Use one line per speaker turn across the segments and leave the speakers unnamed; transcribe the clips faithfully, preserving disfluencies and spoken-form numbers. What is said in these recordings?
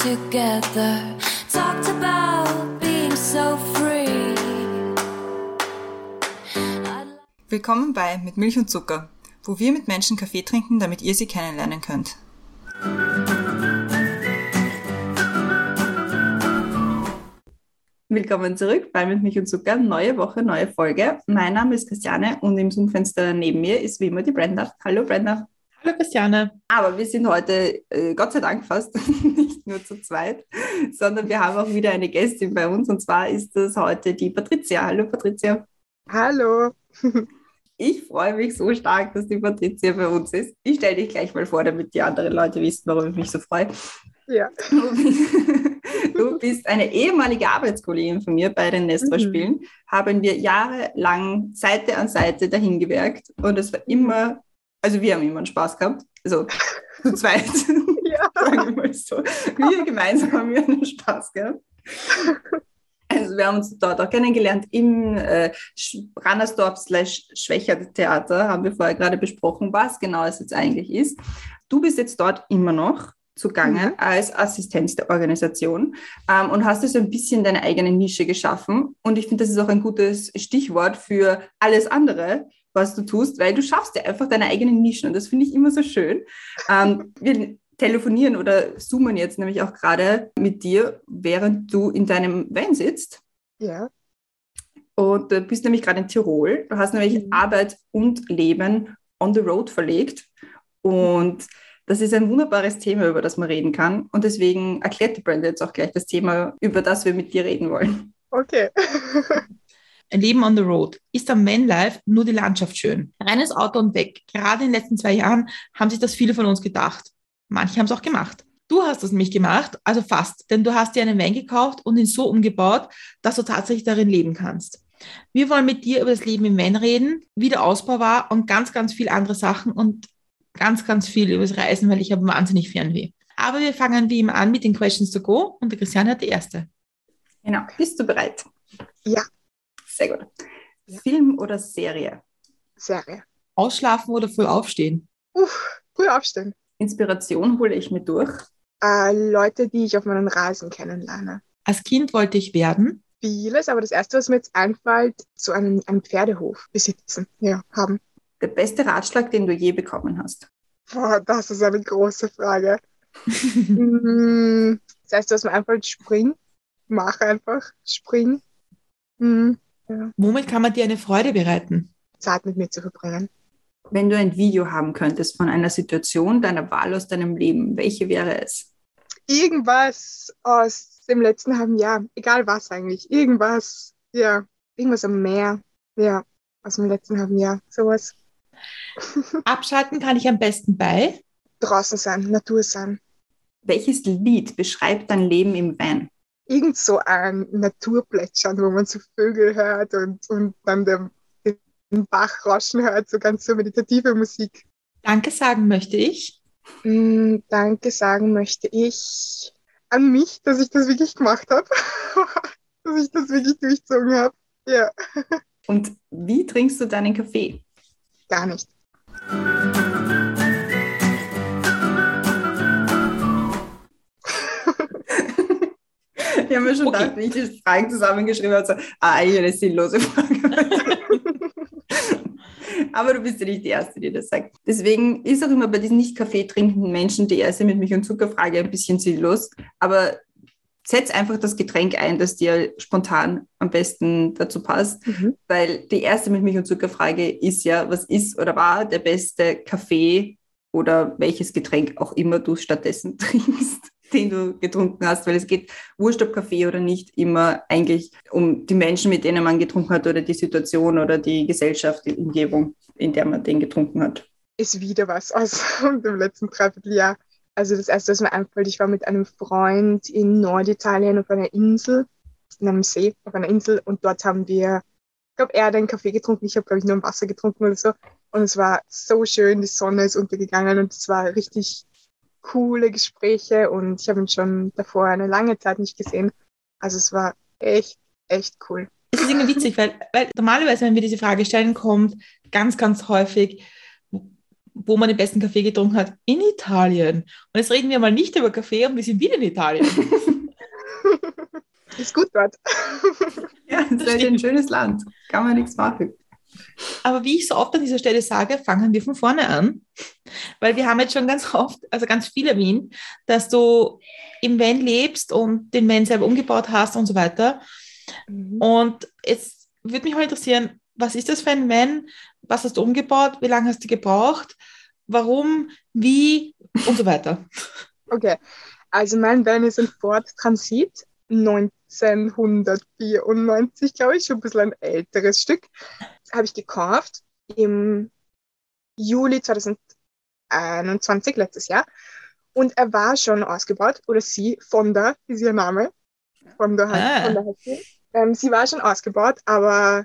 together, talked about being so free.
Willkommen bei Mit Milch und Zucker, wo wir mit Menschen Kaffee trinken, damit ihr sie kennenlernen könnt. Willkommen zurück bei Mit Milch und Zucker, neue Woche, neue Folge. Mein Name ist Christiane und im Zoom-Fenster neben mir ist wie immer die Brenda. Hallo Brenda.
Hallo Christiane.
Aber wir sind heute, äh, Gott sei Dank fast, nicht nur zu zweit, sondern wir haben auch wieder eine Gästin bei uns und zwar ist das heute die Patricia. Hallo Patricia.
Hallo.
Ich freue mich so stark, dass die Patricia bei uns ist. Ich stelle dich gleich mal vor, damit die anderen Leute wissen, warum ich mich so freue.
Ja.
Du bist eine ehemalige Arbeitskollegin von mir bei den Nestor-Spielen. Mhm. Haben wir jahrelang Seite an Seite dahin gewirkt und es war immer, also wir haben immer einen Spaß gehabt, also zu zweit, ja. Sagen wir mal so. Wir gemeinsam haben wir einen Spaß gehabt. Also wir haben uns dort auch kennengelernt im äh, Rannersdorf slash Schwächer Theater, haben wir vorher gerade besprochen, was genau es jetzt eigentlich ist. Du bist jetzt dort immer noch zugange mhm. als Assistenz der Organisation ähm, und hast also ein bisschen deine eigene Nische geschaffen. Und ich finde, das ist auch ein gutes Stichwort für alles andere, was du tust, weil du schaffst ja einfach deine eigenen Nischen und das finde ich immer so schön. Ähm, wir telefonieren oder zoomen jetzt nämlich auch gerade mit dir, während du in deinem Van sitzt.
Ja. Und
du bist nämlich gerade in Tirol. Du hast nämlich mhm. Arbeit und Leben on the road verlegt und das ist ein wunderbares Thema, über das man reden kann. Und deswegen erklärt die Brenda jetzt auch gleich das Thema, über das wir mit dir reden wollen.
Okay.
Ein Leben on the road. Ist am Vanlife nur die Landschaft schön? Reines Auto und weg. Gerade in den letzten zwei Jahren haben sich das viele von uns gedacht. Manche haben es auch gemacht. Du hast das nämlich gemacht, also fast. Denn du hast dir einen Van gekauft und ihn so umgebaut, dass du tatsächlich darin leben kannst. Wir wollen mit dir über das Leben im Van reden, wie der Ausbau war und ganz, ganz viele andere Sachen und ganz, ganz viel über das Reisen, weil ich habe wahnsinnig Fernweh. Aber wir fangen wie immer an mit den Questions to go und der Christiane hat die erste.
Genau. Bist du bereit?
Ja.
Sehr gut. Ja. Film oder Serie?
Serie.
Ausschlafen oder früh aufstehen?
Uff, früh aufstehen.
Inspiration hole ich mir durch.
Äh, Leute, die ich auf meinen Reisen kennenlerne.
Als Kind wollte ich werden?
Vieles, aber das Erste, was mir jetzt einfällt, so einen, einen Pferdehof besitzen, ja, haben.
Der beste Ratschlag, den du je bekommen hast?
Boah, das ist eine große Frage. mm, das Erste, was mir einfällt, spring. Mach einfach, spring. Mm, ja.
Womit kann man dir eine Freude bereiten?
Zeit mit mir zu verbringen.
Wenn du ein Video haben könntest von einer Situation deiner Wahl aus deinem Leben, welche wäre es?
Irgendwas aus dem letzten halben Jahr, egal was eigentlich, irgendwas, ja, irgendwas am Meer, ja, aus dem letzten halben Jahr, sowas.
Abschalten kann ich am besten bei?
Draußen sein, Natur sein.
Welches Lied beschreibt dein Leben im Van?
Irgend so ein Naturplätschern, wo man so Vögel hört und, und dann der den Bach rauschen hört, so ganz so meditative Musik.
Danke sagen möchte ich.
Mm, danke sagen möchte ich an mich, dass ich das wirklich gemacht habe. Dass ich das wirklich durchzogen habe. Ja.
Und wie trinkst du deinen Kaffee?
Gar nicht.
Ich habe mir schon
okay.
gedacht, wie ich die Fragen zusammengeschrieben habe, so, ah, eigentlich eine sinnlose Frage. Aber du bist ja nicht die Erste, die das sagt. Deswegen ist auch immer bei diesen nicht Kaffee trinkenden Menschen die erste mit Milch und Zuckerfrage ein bisschen sinnlos. Aber setz einfach das Getränk ein, das dir spontan am besten dazu passt. Mhm. Weil die erste mit Milch und Zuckerfrage ist ja, was ist oder war der beste Kaffee oder welches Getränk auch immer du stattdessen trinkst, den du getrunken hast, weil es geht, wurscht ob Kaffee oder nicht, immer eigentlich um die Menschen, mit denen man getrunken hat oder die Situation oder die Gesellschaft, die Umgebung, in der man den getrunken hat.
Ist wieder was aus dem letzten Dreivierteljahr. Also das Erste, was mir einfällt, ich war mit einem Freund in Norditalien auf einer Insel, in einem See, auf einer Insel und dort haben wir, ich glaube, er hat einen Kaffee getrunken, ich habe, glaube ich, nur ein Wasser getrunken oder so und es war so schön, die Sonne ist untergegangen und es war richtig coole Gespräche und ich habe ihn schon davor eine lange Zeit nicht gesehen. Also es war echt, echt cool.
Es ist irgendwie witzig, weil, weil normalerweise, wenn wir diese Frage stellen, kommt ganz, ganz häufig, wo man den besten Kaffee getrunken hat? In Italien. Und jetzt reden wir mal nicht über Kaffee und wir sind wieder in Italien.
Ist gut dort.
Ja, es ist halt ein schönes Land. Kann man nichts machen.
Aber wie ich so oft an dieser Stelle sage, fangen wir von vorne an. Weil wir haben jetzt schon ganz oft, also ganz viel erwähnt, dass du im Van lebst und den Van selber umgebaut hast und so weiter.
Mhm.
Und jetzt würde mich mal interessieren, was ist das für ein Van? Was hast du umgebaut? Wie lange hast du gebraucht? Warum? Wie? Und so weiter.
Okay, also mein Van ist ein Ford Transit neunzehnhundertvierundneunzig, glaube ich, schon ein bisschen ein älteres Stück. Das habe ich gekauft im Juli zweitausendeinundzwanzig, letztes Jahr. Und er war schon ausgebaut, oder sie, Fonda ist ihr Name. Fonda heißt,
Ah.
Fonda heißt sie. Ähm, sie war schon ausgebaut, aber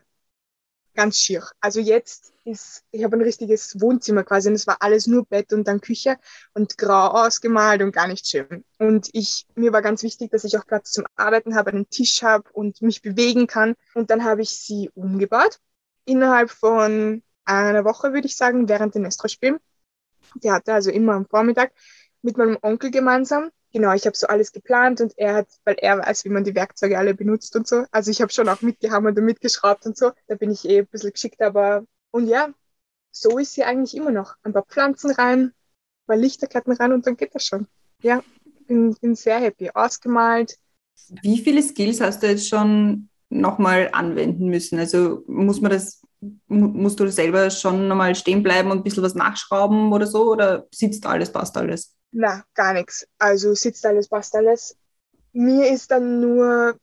ganz schier. Also jetzt ist, ich habe ein richtiges Wohnzimmer quasi und es war alles nur Bett und dann Küche und grau ausgemalt und gar nicht schön. Und ich, mir war ganz wichtig, dass ich auch Platz zum Arbeiten habe, einen Tisch habe und mich bewegen kann. Und dann habe ich sie umgebaut. Innerhalb von einer Woche, würde ich sagen, während den Nestro-Spielen. Die hatte also immer am Vormittag mit meinem Onkel gemeinsam. Genau, ich habe so alles geplant und er hat, weil er weiß, wie man die Werkzeuge alle benutzt und so. Also ich habe schon auch mitgehammert und mitgeschraubt und so. Da bin ich eh ein bisschen geschickt, aber und ja, so ist sie eigentlich immer noch. Ein paar Pflanzen rein, ein paar Lichterketten rein und dann geht das schon. Ja, bin, bin sehr happy. Ausgemalt.
Wie viele Skills hast du jetzt schon nochmal anwenden müssen? Also muss man das, mu- musst du selber schon nochmal stehen bleiben und ein bisschen was nachschrauben oder so? Oder sitzt alles, passt alles?
Na, gar nichts. Also sitzt alles, passt alles. Mir ist dann nur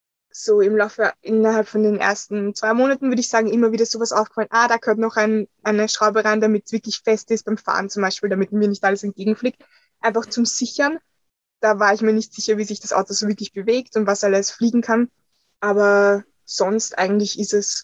so im Laufe, innerhalb von den ersten zwei Monaten, würde ich sagen, immer wieder sowas aufgefallen. Ah, da gehört noch ein, eine Schraube rein, damit es wirklich fest ist beim Fahren zum Beispiel, damit mir nicht alles entgegenfliegt. Einfach zum Sichern. Da war ich mir nicht sicher, wie sich das Auto so wirklich bewegt und was alles fliegen kann. Aber sonst eigentlich ist es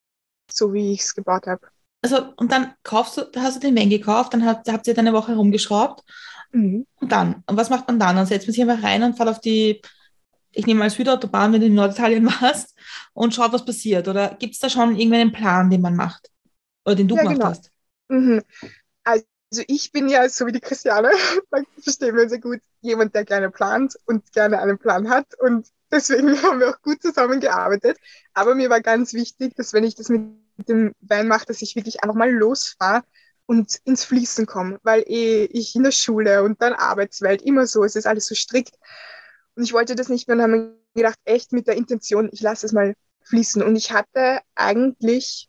so, wie ich es gebaut habe.
Also, und dann kaufst du, da hast du den Van gekauft, dann habt, habt ihr dann eine Woche rumgeschraubt.
Mhm.
Und dann? Und was macht man dann? Dann setzt man sich einfach rein und fährt auf die, ich nehme mal Südautobahn, wenn du in Norditalien warst, und schaut, was passiert. Oder gibt es da schon irgendeinen Plan, den man macht? Oder den du
Ja,
gemacht
genau.
hast?
Mhm. Also ich bin ja, so wie die Christiane, da verstehen wir sehr gut, jemand, der gerne plant und gerne einen Plan hat. Und deswegen haben wir auch gut zusammengearbeitet. Aber mir war ganz wichtig, dass wenn ich das mit dem Van mache, dass ich wirklich einfach mal losfahre und ins Fließen komme. Weil eh ich in der Schule und dann Arbeitswelt immer so, es ist alles so strikt. Und ich wollte das nicht mehr und habe mir gedacht, echt mit der Intention, ich lasse es mal fließen. Und ich hatte eigentlich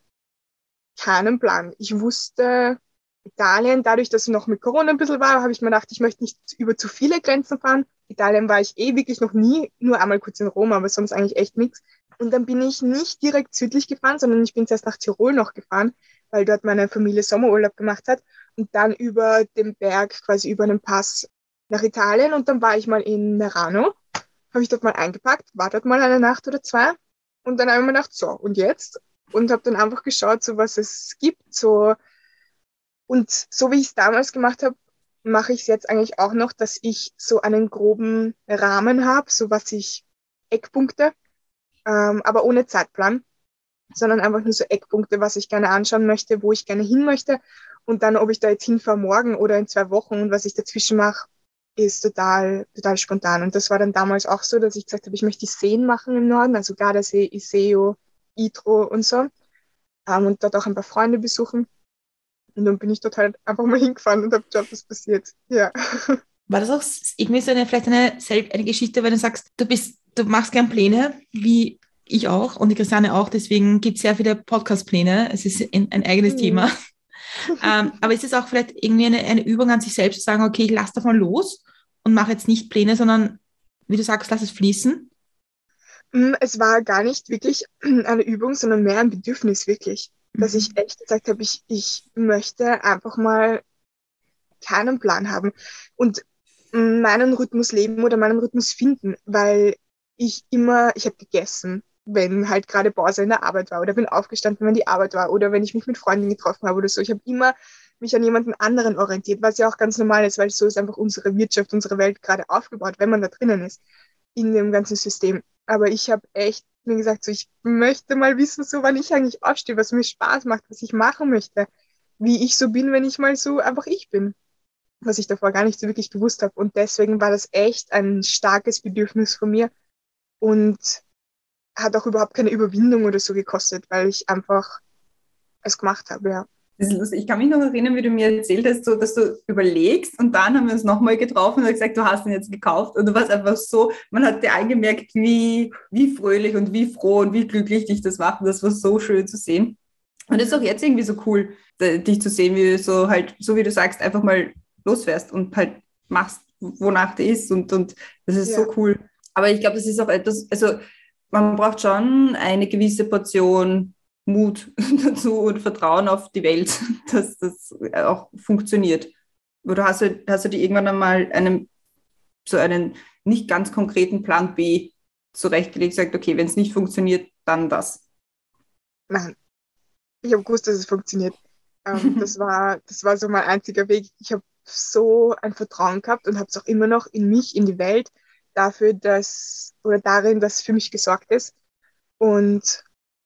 keinen Plan. Ich wusste, Italien, dadurch, dass es noch mit Corona ein bisschen war, habe ich mir gedacht, ich möchte nicht über zu viele Grenzen fahren. Italien war ich eh wirklich noch nie, nur einmal kurz in Rom, aber sonst eigentlich echt nichts. Und dann bin ich nicht direkt südlich gefahren, sondern ich bin zuerst nach Tirol noch gefahren, weil dort meine Familie Sommerurlaub gemacht hat und dann über den Berg, quasi über den Pass nach Italien und dann war ich mal in Merano, habe ich dort mal eingepackt, war dort mal eine Nacht oder zwei und dann habe ich mir gedacht, so, und jetzt? Und habe dann einfach geschaut, so was es gibt, so. Und so wie ich es damals gemacht habe, mache ich es jetzt eigentlich auch noch, dass ich so einen groben Rahmen habe, so was ich, Eckpunkte, ähm, aber ohne Zeitplan, sondern einfach nur so Eckpunkte, was ich gerne anschauen möchte, wo ich gerne hin möchte. Und dann, ob ich da jetzt hinfahre morgen oder in zwei Wochen und was ich dazwischen mache, ist total, total spontan. Und das war dann damals auch so, dass ich gesagt habe, ich möchte die Seen machen im Norden, also Gardasee, Iseo, Idro und so. Ähm, und dort auch ein paar Freunde besuchen. Und dann bin ich dort halt einfach mal hingefahren und habe geschaut, was passiert. Ja.
War das auch s- irgendwie so eine, vielleicht eine, sel- eine Geschichte, wenn du sagst, du bist, du machst gern Pläne, wie ich auch und die Christiane auch, deswegen gibt es sehr viele Podcast-Pläne. Es ist ein, ein eigenes
Mhm.
Thema. Ähm, aber ist es auch vielleicht irgendwie eine, eine Übung an sich selbst, zu sagen, okay, ich lasse davon los und mache jetzt nicht Pläne, sondern, wie du sagst, lass es fließen?
Mm, Es war gar nicht wirklich eine Übung, sondern mehr ein Bedürfnis wirklich. Dass ich
Mhm.
echt gesagt habe, ich, ich möchte einfach mal keinen Plan haben und mm, meinen Rhythmus leben oder meinen Rhythmus finden, weil ich immer, ich habe gegessen, wenn halt gerade Pause in der Arbeit war oder bin aufgestanden, wenn die Arbeit war oder wenn ich mich mit Freunden getroffen habe oder so. Ich habe immer mich an jemanden anderen orientiert, was ja auch ganz normal ist, weil so ist einfach unsere Wirtschaft, unsere Welt gerade aufgebaut, wenn man da drinnen ist, in dem ganzen System. Aber ich habe echt mir gesagt, so, ich möchte mal wissen, so wann ich eigentlich aufstehe, was mir Spaß macht, was ich machen möchte. wie ich so bin, wenn ich mal so einfach ich bin, was ich davor gar nicht so wirklich gewusst habe. Und deswegen war das echt ein starkes Bedürfnis von mir und hat auch überhaupt keine Überwindung oder so gekostet, weil ich einfach es gemacht habe, ja.
Das ist lustig. Ich kann mich noch erinnern, wie du mir erzählt hast, so, dass du überlegst und dann haben wir uns nochmal getroffen und gesagt, du hast ihn jetzt gekauft und du warst einfach so, man hat dir angemerkt, wie, wie fröhlich und wie froh und wie glücklich dich das macht und das war so schön zu sehen. Und es ist auch jetzt irgendwie so cool, dich zu sehen, wie du so halt, so wie du sagst, einfach mal losfährst und halt machst, wonach dir ist und, und das ist ja so cool. Aber ich glaube, das ist auch etwas, also man braucht schon eine gewisse Portion Mut dazu und Vertrauen auf die Welt, dass das auch funktioniert. Oder hast du, hast du dir irgendwann einmal einen, so einen nicht ganz konkreten Plan B zurechtgelegt, gesagt, okay, wenn es nicht funktioniert, dann das?
Nein, ich habe gewusst, dass es funktioniert. Ähm, das war, das war so mein einziger Weg. Ich habe so ein Vertrauen gehabt und habe es auch immer noch in mich, in die Welt, dafür, dass, oder darin, dass für mich gesorgt ist. Und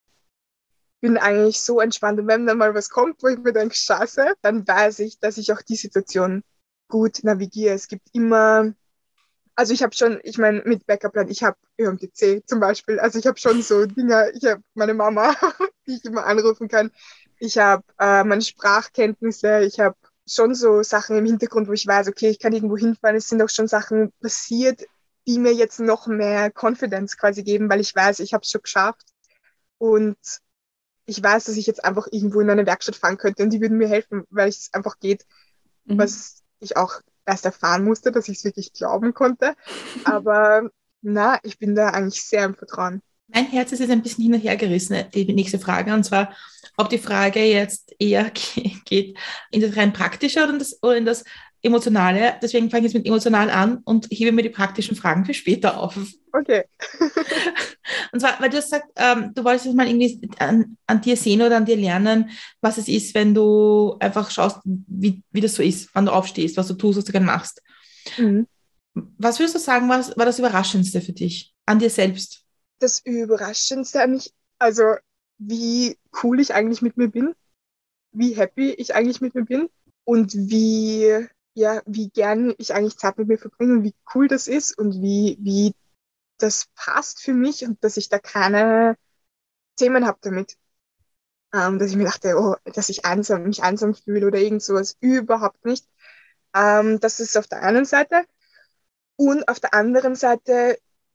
bin eigentlich so entspannt. Und wenn dann mal was kommt, wo ich mir denke, scheiße, dann weiß ich, dass ich auch die Situation gut navigiere. Es gibt immer, also ich habe schon, ich meine, mit Backup-Plan, ich habe Ö M T C zum Beispiel, also ich habe schon so Dinge, ich habe meine Mama, die ich immer anrufen kann. Ich habe äh, meine Sprachkenntnisse, ich habe schon so Sachen im Hintergrund, wo ich weiß, okay, ich kann irgendwo hinfahren. Es sind auch schon Sachen passiert, die mir jetzt noch mehr Confidence quasi geben, weil ich weiß, ich habe es schon geschafft. Und ich weiß, dass ich jetzt einfach irgendwo in eine Werkstatt fahren könnte und die würden mir helfen, weil es einfach geht, mhm. was ich auch erst erfahren musste, dass ich es wirklich glauben konnte. Aber na, ich bin da eigentlich sehr im Vertrauen.
Mein Herz ist jetzt ein bisschen hin und her gerissen, die nächste Frage, und zwar, ob die Frage jetzt eher geht in das rein Praktische oder in das, oder in das Emotionale. Deswegen fange ich jetzt mit emotional an und hebe mir die praktischen Fragen für später auf.
Okay.
Und zwar, weil du hast gesagt, ähm, du wolltest mal irgendwie an, an dir sehen oder an dir lernen, was es ist, wenn du einfach schaust, wie, wie das so ist, wann du aufstehst, was du tust, was du gerne machst. Mhm. Was würdest du sagen, was war das Überraschendste für dich an dir selbst?
Das Überraschendste an mich, also wie cool ich eigentlich mit mir bin, wie happy ich eigentlich mit mir bin und wie, ja, wie gern ich eigentlich Zeit mit mir verbringe und wie cool das ist und wie, wie das passt für mich und dass ich da keine Themen habe damit. Ähm, dass ich mir dachte, oh, dass ich einsam, mich einsam fühle oder irgend sowas. Überhaupt nicht. Ähm, das ist auf der einen Seite. Und auf der anderen Seite,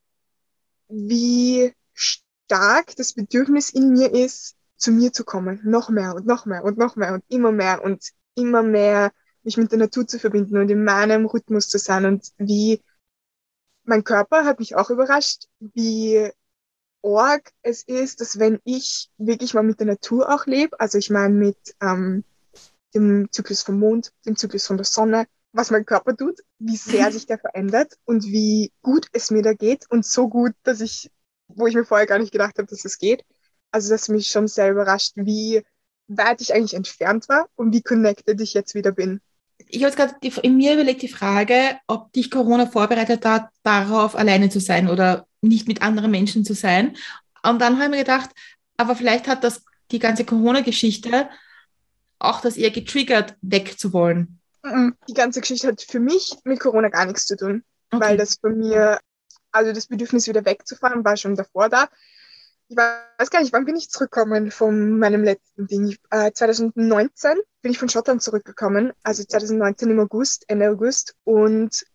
wie stark das Bedürfnis in mir ist, zu mir zu kommen. Noch mehr und noch mehr und noch mehr und immer mehr und immer mehr mich mit der Natur zu verbinden und in meinem Rhythmus zu sein. Und wie mein Körper hat mich auch überrascht, wie arg es ist, dass wenn ich wirklich mal mit der Natur auch lebe, also ich meine mit ähm, dem Zyklus vom Mond, dem Zyklus von der Sonne, was mein Körper tut, wie sehr sich der verändert und wie gut es mir da geht und so gut, dass ich, wo ich mir vorher gar nicht gedacht habe, dass es geht. Also das mich schon sehr überrascht, wie weit ich eigentlich entfernt war und wie connected ich jetzt wieder bin.
Ich habe jetzt gerade in mir überlegt die Frage, ob dich Corona vorbereitet hat, darauf alleine zu sein oder nicht mit anderen Menschen zu sein. Und dann habe ich mir gedacht, aber vielleicht hat das die ganze Corona-Geschichte auch das eher getriggert, wegzuwollen.
Die ganze Geschichte hat für mich mit Corona gar nichts zu tun, okay. Weil das bei mir, also das Bedürfnis wieder wegzufahren, war schon davor da. Ich weiß gar nicht, wann bin ich zurückgekommen von meinem letzten Ding? Äh, zwanzig neunzehn bin ich von Schottland zurückgekommen, also zwanzig neunzehn im August, Ende August. Und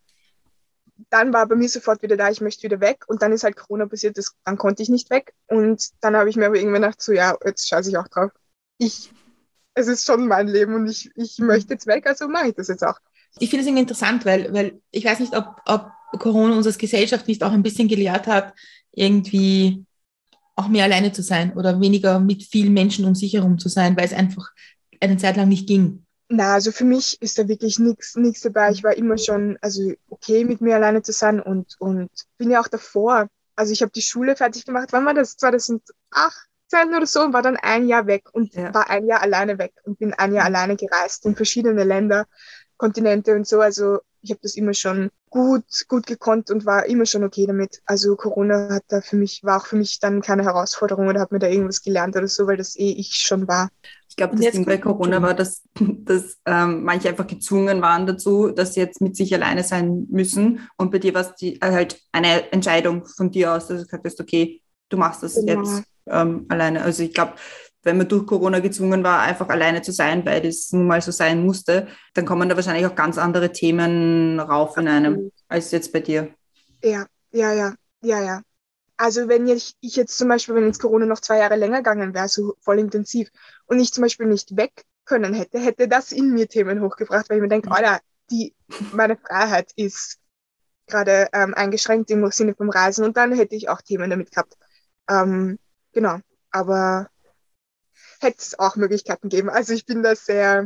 dann war bei mir sofort wieder da, ich möchte wieder weg. Und dann ist halt Corona passiert, das, dann konnte ich nicht weg. Und dann habe ich mir aber irgendwann gedacht, so ja, jetzt scheiße ich auch drauf. Ich, es ist schon mein Leben und ich, ich möchte jetzt weg, also mache ich das jetzt auch.
Ich finde es irgendwie interessant, weil, weil ich weiß nicht, ob, ob Corona uns als Gesellschaft nicht auch ein bisschen gelehrt hat, irgendwie auch mehr alleine zu sein oder weniger mit vielen Menschen um sich herum zu sein, weil es einfach eine Zeit lang nicht ging.
Na, also für mich ist da wirklich nichts nichts dabei. Ich war immer schon also okay mit mir alleine zu sein und und bin ja auch davor. Also ich habe die Schule fertig gemacht. Wann war das? zweitausendachtzehn oder so und war dann ein Jahr weg und ja. war ein Jahr alleine weg und bin ein Jahr mhm. alleine gereist in verschiedene Länder, Kontinente und so. Also ich habe das immer schon gut gut gekonnt und war immer schon okay damit. Also Corona hat da für mich war auch für mich dann keine Herausforderung oder habe mir da irgendwas gelernt oder so, weil das eh ich schon war.
Ich glaube,
Und
das
jetzt
Ding bei
kommt-
Corona war, dass, dass ähm, manche einfach gezwungen waren dazu, dass sie jetzt mit sich alleine sein müssen. Und bei dir war es die, äh, halt eine Entscheidung von dir aus, dass du gesagt hast, okay, du machst das
Genau.
jetzt ähm, alleine. Also ich glaube, wenn man durch Corona gezwungen war, einfach alleine zu sein, weil das nun mal so sein musste, dann kommen da wahrscheinlich auch ganz andere Themen rauf in einem, als jetzt bei dir.
Ja, ja, ja, ja, ja. Also wenn ich, ich jetzt zum Beispiel, wenn jetzt Corona noch zwei Jahre länger gegangen wäre, so voll intensiv, und ich zum Beispiel nicht weg können hätte, hätte das in mir Themen hochgebracht, weil ich mir denke, Alter, die, meine Freiheit ist gerade ähm, eingeschränkt im Sinne vom Reisen, und dann hätte ich auch Themen damit gehabt. Ähm, genau, aber hätte es auch Möglichkeiten geben. Also ich bin da sehr,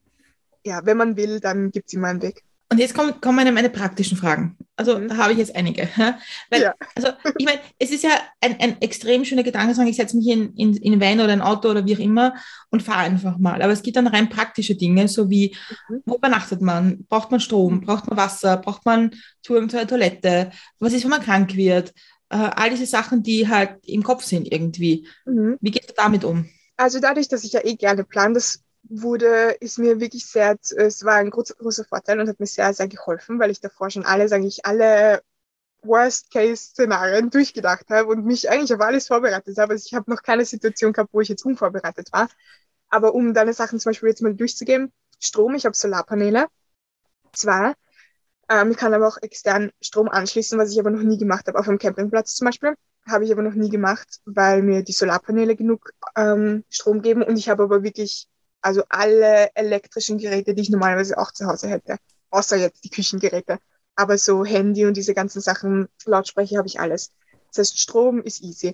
ja, wenn man will, dann gibt es immer einen Weg.
Und jetzt kommen, kommen meine, meine praktischen Fragen. Also
Mhm.
da habe ich jetzt einige. ja. Weil,
Ja.
also ich meine, es ist ja ein, ein extrem schöner Gedanke, sagen, ich setze mich in, in, in ein Van oder ein Auto oder wie auch immer und fahre einfach mal. Aber es gibt dann rein praktische Dinge, so wie,
Mhm.
wo übernachtet man? Braucht man Strom? Braucht man Wasser? Braucht man Zugang zur Toilette? Was ist, wenn man krank wird? Äh, all diese Sachen, die halt im Kopf sind irgendwie.
Mhm.
Wie gehst du damit um?
Also dadurch, dass ich ja eh gerne plane, das wurde, ist mir wirklich sehr, es war ein großer, großer Vorteil und hat mir sehr, sehr geholfen, weil ich davor schon alle, sage ich, alle Worst-Case-Szenarien durchgedacht habe und mich eigentlich auf alles vorbereitet habe. Also ich habe noch keine Situation gehabt, wo ich jetzt unvorbereitet war. Aber um deine Sachen zum Beispiel jetzt mal durchzugeben, Strom, ich habe Solarpaneele, zwei. Ähm, ich kann aber auch extern Strom anschließen, was ich aber noch nie gemacht habe, auf einem Campingplatz zum Beispiel. Habe ich aber noch nie gemacht, weil mir die Solarpaneele genug ähm, Strom geben. Und ich habe aber wirklich, also alle elektrischen Geräte, die ich normalerweise auch zu Hause hätte, außer jetzt die Küchengeräte. Aber so Handy und diese ganzen Sachen, Lautsprecher habe ich alles. Das heißt, Strom ist easy.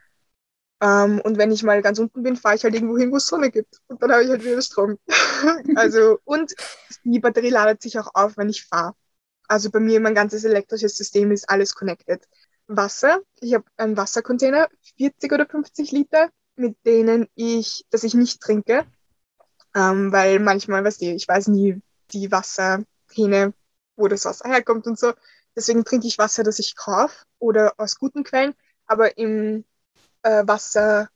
Ähm, und wenn ich mal ganz unten bin, fahre ich halt irgendwo hin, wo es Sonne gibt. Und dann habe ich halt wieder Strom. Also, und die Batterie ladet sich auch auf, wenn ich fahre. Also bei mir, mein ganzes elektrisches System ist alles connected. Wasser, ich habe einen Wassercontainer, vierzig oder fünfzig Liter, mit denen ich, dass ich nicht trinke, ähm, weil manchmal, weißt du, ich weiß nie die Wasserhähne, wo das Wasser herkommt und so. Deswegen trinke ich Wasser, das ich kaufe oder aus guten Quellen, aber im äh, Wassertank,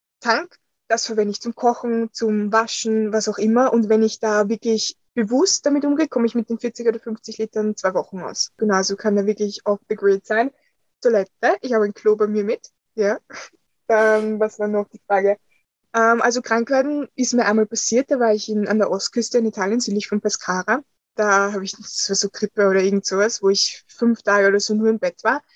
das verwende ich zum Kochen, zum Waschen, was auch immer. Und wenn ich da wirklich bewusst damit umgehe, komme ich mit den vierzig oder fünfzig Litern zwei Wochen aus. Genau, also kann da wirklich off the grid sein. Toilette, ich habe ein Klo bei mir mit, ja. Dann, was war noch die Frage? Ähm, also krank werden ist mir einmal passiert, da war ich in, an der Ostküste in Italien, südlich von Pescara. Da habe ich so, so Grippe oder irgend sowas, wo ich fünf Tage oder so nur im Bett war.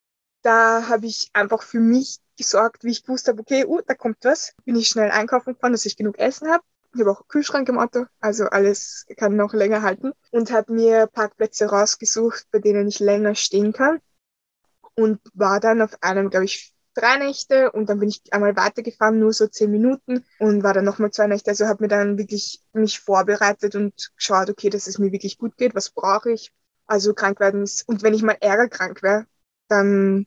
Da habe ich einfach für mich gesorgt, wie ich gewusst habe, okay, uh, da kommt was. Bin ich schnell einkaufen gefahren, dass ich genug Essen habe. Ich habe auch einen Kühlschrank im Auto, also alles kann noch länger halten. Und habe mir Parkplätze rausgesucht, bei denen ich länger stehen kann. Und war dann auf einem, glaube ich, drei Nächte. Und dann bin ich einmal weitergefahren, nur so zehn Minuten. Und war dann nochmal zwei Nächte. Also habe mir dann wirklich mich vorbereitet und geschaut, okay, dass es mir wirklich gut geht. Was brauche ich? Also krank werden ist, und wenn ich mal ärger krank wäre, dann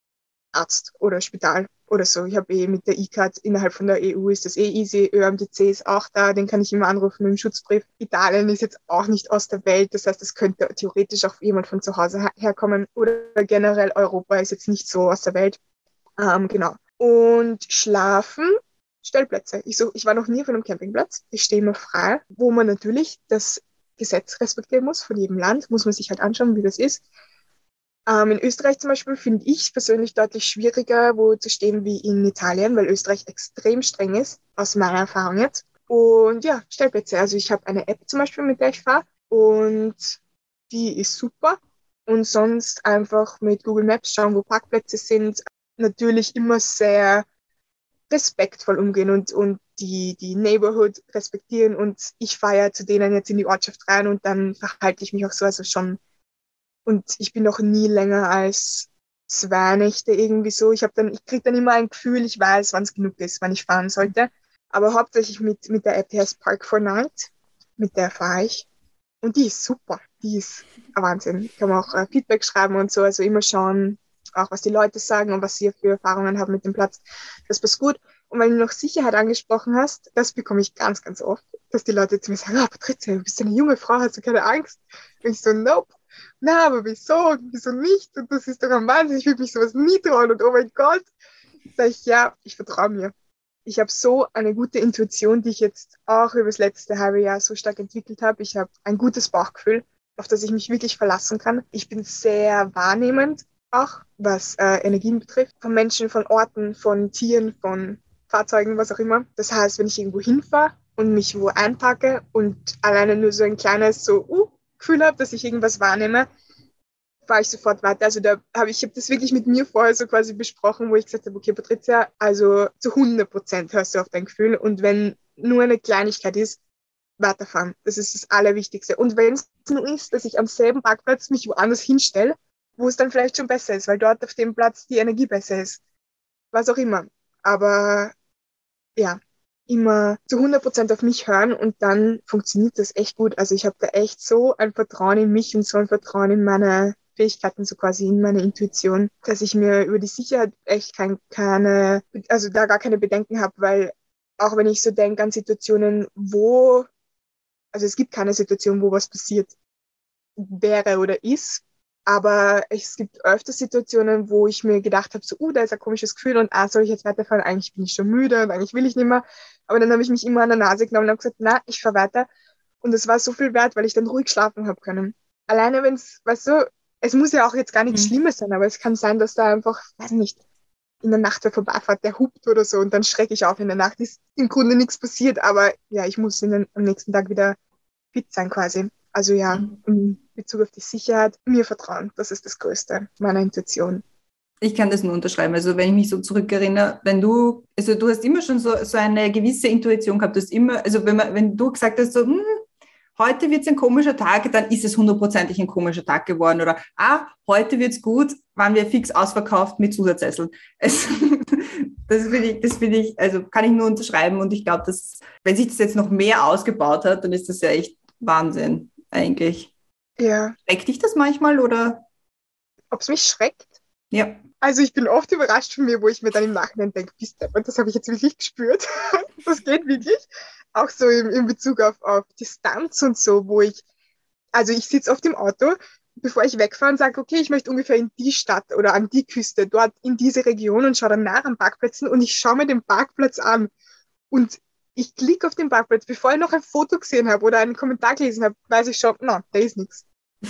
Arzt oder Spital oder so. Ich habe eh mit der E-Card innerhalb von der E U ist das eh easy. Ö M D C ist auch da, den kann ich immer anrufen mit dem Schutzbrief. Italien ist jetzt auch nicht aus der Welt, das heißt, es könnte theoretisch auch jemand von zu Hause her- herkommen oder generell Europa ist jetzt nicht so aus der Welt. Ähm, genau. Und schlafen, Stellplätze. Ich, so, ich war noch nie auf einem Campingplatz. Ich stehe immer frei, wo man natürlich das Gesetz respektieren muss von jedem Land, muss man sich halt anschauen, wie das ist. Ähm, in Österreich zum Beispiel finde ich persönlich deutlich schwieriger, wo zu stehen wie in Italien, weil Österreich extrem streng ist, aus meiner Erfahrung jetzt. Und ja, Stellplätze. Also ich habe eine App zum Beispiel, mit der ich fahre und die ist super. Und sonst einfach mit Google Maps schauen, wo Parkplätze sind. Natürlich immer sehr respektvoll umgehen und, und die, die Neighborhood respektieren. Und ich fahre ja zu denen jetzt in die Ortschaft rein und dann verhalte ich mich auch so, also schon. Und ich bin noch nie länger als zwei Nächte irgendwie so. Ich habe dann, ich kriege dann immer ein Gefühl, ich weiß, wann es genug ist, wann ich fahren sollte. Aber hauptsächlich mit, mit der App, die heißt Park for Night. Mit der fahre ich. Und die ist super. Die ist ein Wahnsinn. Kann man auch äh, Feedback schreiben und so. Also immer schauen, auch was die Leute sagen und was sie für Erfahrungen haben mit dem Platz. Das passt gut. Und wenn du noch Sicherheit angesprochen hast, das bekomme ich ganz, ganz oft, dass die Leute zu mir sagen, ah, Patricia, du bist eine junge Frau, hast du keine Angst? Und ich so, nope. Na, aber wieso und wieso nicht? Und das ist doch am Wahnsinn, ich würde mich sowas nie trauen und oh mein Gott. Sag ich, ja, ich vertraue mir. Ich habe so eine gute Intuition, die ich jetzt auch über das letzte halbe Jahr so stark entwickelt habe. Ich habe ein gutes Bauchgefühl, auf das ich mich wirklich verlassen kann. Ich bin sehr wahrnehmend auch, was äh, Energien betrifft, von Menschen, von Orten, von Tieren, von Fahrzeugen, was auch immer. Das heißt, wenn ich irgendwo hinfahre und mich wo einpacke und alleine nur so ein kleines so uh, Gefühl habe, dass ich irgendwas wahrnehme, fahre ich sofort weiter. Also da habe ich, ich habe das wirklich mit mir vorher so quasi besprochen, wo ich gesagt habe, okay, Patricia, also zu hundert Prozent hörst du auf dein Gefühl und wenn nur eine Kleinigkeit ist, weiterfahren. Das ist das Allerwichtigste. Und wenn es nur ist, dass ich am selben Parkplatz mich woanders hinstelle, wo es dann vielleicht schon besser ist, weil dort auf dem Platz die Energie besser ist. Was auch immer. Aber ja, immer zu hundert Prozent auf mich hören und dann funktioniert das echt gut. Also ich habe da echt so ein Vertrauen in mich und so ein Vertrauen in meine Fähigkeiten, so quasi in meine Intuition, dass ich mir über die Sicherheit echt kein, keine, also da gar keine Bedenken habe, weil auch wenn ich so denke an Situationen, wo, also es gibt keine Situation, wo was passiert wäre oder ist, aber es gibt öfter Situationen, wo ich mir gedacht habe, so, uh, da ist ein komisches Gefühl und ah, soll ich jetzt weiterfahren? Eigentlich bin ich schon müde und eigentlich will ich nicht mehr. Aber dann habe ich mich immer an der Nase genommen und habe gesagt, na, ich fahre weiter. Und es war so viel wert, weil ich dann ruhig schlafen habe können. Alleine wenn es, weißt du, es muss ja auch jetzt gar nichts
Mhm.
Schlimmes sein, aber es kann sein, dass da einfach, weiß nicht, in der Nacht wer vorbeifährt, der hupt oder so und dann schrecke ich auf. In der Nacht ist im Grunde nichts passiert, aber ja, ich muss in den, am nächsten Tag wieder fit sein quasi. Also ja,
Mhm.
in Bezug auf die Sicherheit, mir vertrauen, das ist das Größte, meiner Intuition.
Ich kann das nur unterschreiben. Also wenn ich mich so zurückerinnere, wenn du, also du hast immer schon so, so eine gewisse Intuition gehabt, du hast immer, also wenn man, wenn du gesagt hast, so, hm, heute wird es ein komischer Tag, dann ist es hundertprozentig ein komischer Tag geworden. Oder, ah, heute wird es gut, waren wir fix ausverkauft mit Zusatzesseln. Es, das finde ich, das finde ich, also kann ich nur unterschreiben. Und ich glaube, dass, wenn sich das jetzt noch mehr ausgebaut hat, dann ist das ja echt Wahnsinn, eigentlich.
Ja,
Schreckt dich das manchmal, oder?
ob es mich schreckt?
Ja.
Also ich bin oft überrascht von mir, wo ich mir dann im Nachhinein denke, bist du, und das habe ich jetzt wirklich gespürt. Das geht wirklich. Auch so in, in Bezug auf, auf Distanz und so, wo ich, also ich sitze oft im Auto, bevor ich wegfahre und sage, okay, ich möchte ungefähr in die Stadt oder an die Küste, dort in diese Region und schaue dann nach an Parkplätzen und ich schaue mir den Parkplatz an und ich klicke auf den Parkplatz, bevor ich noch ein Foto gesehen habe oder einen Kommentar gelesen habe, weiß ich schon, na, da ist nichts.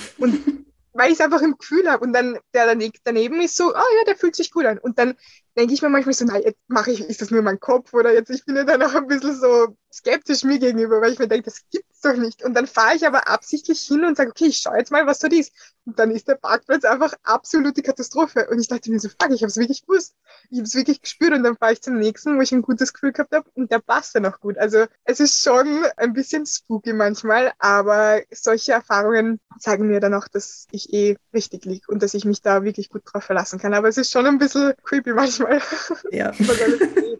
Und weil ich es einfach im Gefühl habe und dann der daneben ist so, ah oh ja, der fühlt sich gut an. Und dann denke ich mir manchmal so, na, jetzt mache ich, ist das nur mein Kopf oder jetzt, ich bin ja dann auch ein bisschen so skeptisch mir gegenüber, weil ich mir denke, das gibt's doch nicht. Und dann fahre ich aber absichtlich hin und sage, okay, ich schaue jetzt mal, was dort ist. Und dann ist der Parkplatz einfach absolute Katastrophe. Und ich dachte mir so, fuck, ich habe es wirklich gewusst. Ich habe es wirklich gespürt und dann fahre ich zum nächsten, wo ich ein gutes Gefühl gehabt habe und der passt dann auch gut. Also es ist schon ein bisschen spooky manchmal, aber solche Erfahrungen zeigen mir dann auch, dass ich eh richtig liege und dass ich mich da wirklich gut drauf verlassen kann. Aber es ist schon ein bisschen creepy manchmal.
Ja.
Was alles geht.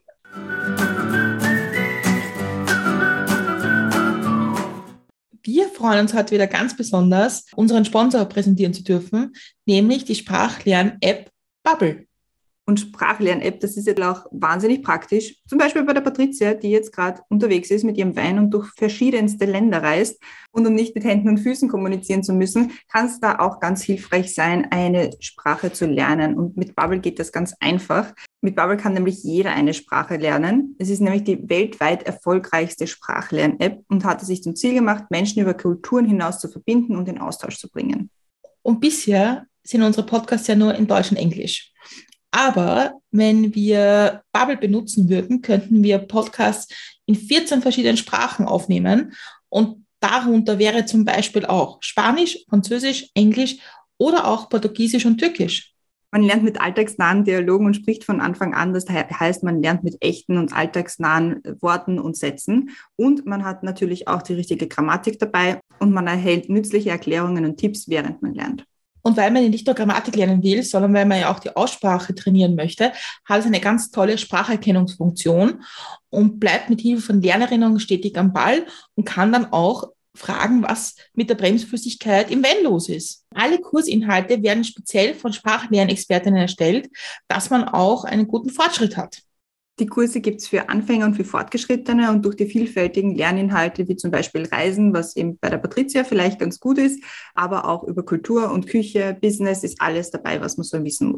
Wir freuen uns heute wieder ganz besonders, unseren Sponsor präsentieren zu dürfen, nämlich die Sprachlern-App Babbel.
Und Sprachlern-App, das ist jetzt auch wahnsinnig praktisch. Zum Beispiel bei der Patricia, die jetzt gerade unterwegs ist mit ihrem Wein und durch verschiedenste Länder reist. Und um nicht mit Händen und Füßen kommunizieren zu müssen, kann es da auch ganz hilfreich sein, eine Sprache zu lernen. Und mit Babbel geht das ganz einfach. Mit Babbel kann nämlich jeder eine Sprache lernen. Es ist nämlich die weltweit erfolgreichste Sprachlern-App und hat es sich zum Ziel gemacht, Menschen über Kulturen hinaus zu verbinden und in Austausch zu bringen.
Und bisher sind unsere Podcasts ja nur in Deutsch und Englisch. Aber wenn wir Babbel benutzen würden, könnten wir Podcasts in vierzehn verschiedenen Sprachen aufnehmen. Und darunter wäre zum Beispiel auch Spanisch, Französisch, Englisch oder auch Portugiesisch und Türkisch.
Man lernt mit alltagsnahen Dialogen und spricht von Anfang an. Das heißt, man lernt mit echten und alltagsnahen Worten und Sätzen. Und man hat natürlich auch die richtige Grammatik dabei und man erhält nützliche Erklärungen und Tipps, während man lernt.
Und weil man nicht nur Grammatik lernen will, sondern weil man ja auch die Aussprache trainieren möchte, hat es eine ganz tolle Spracherkennungsfunktion und bleibt mit Hilfe von Lernerinnungen stetig am Ball und kann dann auch fragen, was mit der Bremsflüssigkeit im Van los ist. Alle Kursinhalte werden speziell von Sprachlernexpertinnen erstellt, dass man auch einen guten Fortschritt hat.
Die Kurse gibt es für Anfänger und für Fortgeschrittene und durch die vielfältigen Lerninhalte wie zum Beispiel Reisen, was eben bei der Patricia vielleicht ganz gut ist, aber auch über Kultur und Küche, Business ist alles dabei, was man so wissen muss.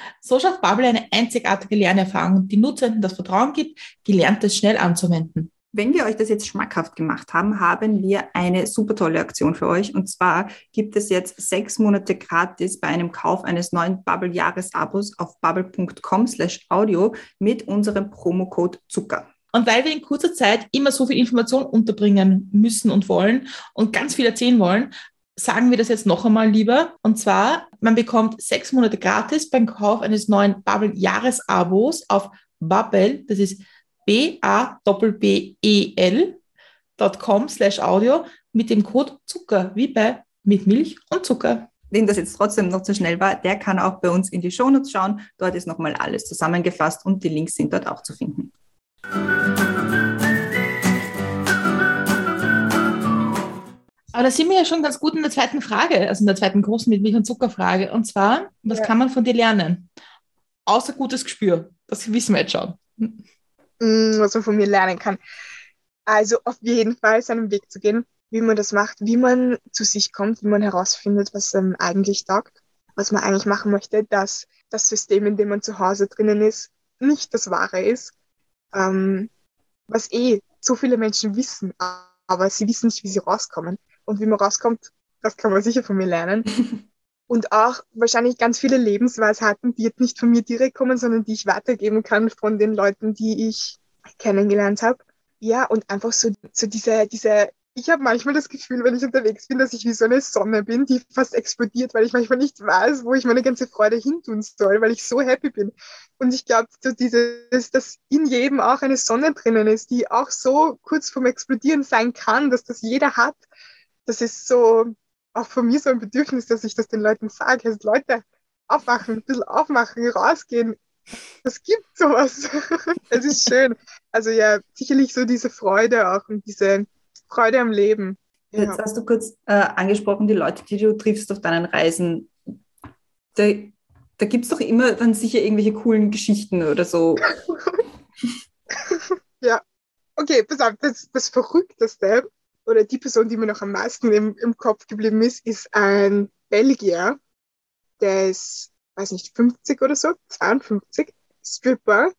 So schafft Bubble eine einzigartige Lernerfahrung, die Nutzenden das Vertrauen gibt, Gelerntes schnell anzuwenden.
Wenn wir euch das jetzt schmackhaft gemacht haben, haben wir eine super tolle Aktion für euch. Und zwar gibt es jetzt sechs Monate gratis bei einem Kauf eines neuen Bubble-Jahresabos auf bubble punkt com slash audio mit unserem Promocode Zucker.
Und weil wir in kurzer Zeit immer so viel Information unterbringen müssen und wollen und ganz viel erzählen wollen, sagen wir das jetzt noch einmal lieber. Und zwar, man bekommt sechs Monate gratis beim Kauf eines neuen Bubble-Jahresabos auf Bubble, das ist B A B B E L dot com slash audio mit dem Code Zucker, wie bei mit Milch und Zucker.
Wem das jetzt trotzdem noch zu schnell war, der kann auch bei uns in die Shownotes schauen. Dort ist nochmal alles zusammengefasst und die Links sind dort auch zu finden.
Aber da sind wir ja schon ganz gut in der zweiten Frage, also in der zweiten großen mit Milch und Zucker Frage. Und zwar, was
Ja.
kann man von dir lernen? Außer gutes Gespür. Das wissen wir jetzt schon.
Was man von mir lernen kann. Also auf jeden Fall seinen Weg zu gehen, wie man das macht, wie man zu sich kommt, wie man herausfindet, was einem eigentlich taugt, was man eigentlich machen möchte, dass das System, in dem man zu Hause drinnen ist, nicht das Wahre ist. Ähm, was eh so viele Menschen wissen, aber sie wissen nicht, wie sie rauskommen. Und wie man rauskommt, das kann man sicher von mir lernen. Und auch wahrscheinlich ganz viele Lebensweisheiten, die jetzt nicht von mir direkt kommen, sondern die ich weitergeben kann von den Leuten, die ich kennengelernt habe. Ja, und einfach so, so diese, diese, ich habe manchmal das Gefühl, wenn ich unterwegs bin, dass ich wie so eine Sonne bin, die fast explodiert, weil ich manchmal nicht weiß, wo ich meine ganze Freude hin tun soll, weil ich so happy bin. Und ich glaube, so dieses, dass in jedem auch eine Sonne drinnen ist, die auch so kurz vorm Explodieren sein kann, dass das jeder hat, das ist so auch von mir so ein Bedürfnis, dass ich das den Leuten sage. Also Leute, aufwachen, ein bisschen aufmachen, rausgehen. Es gibt sowas. Es ist schön. Also ja, sicherlich so diese Freude auch und diese Freude am Leben.
Jetzt
Ja.
hast du kurz äh, angesprochen, die Leute, die du triffst auf deinen Reisen. Da, da gibt es doch immer dann sicher irgendwelche coolen Geschichten oder so.
Ja, okay, pass auf, das, das Verrückteste oder die Person, die mir noch am meisten im, im Kopf geblieben ist, ist ein Belgier, der ist, weiß nicht, fünfzig oder so, zweiundfünfzig, Stripper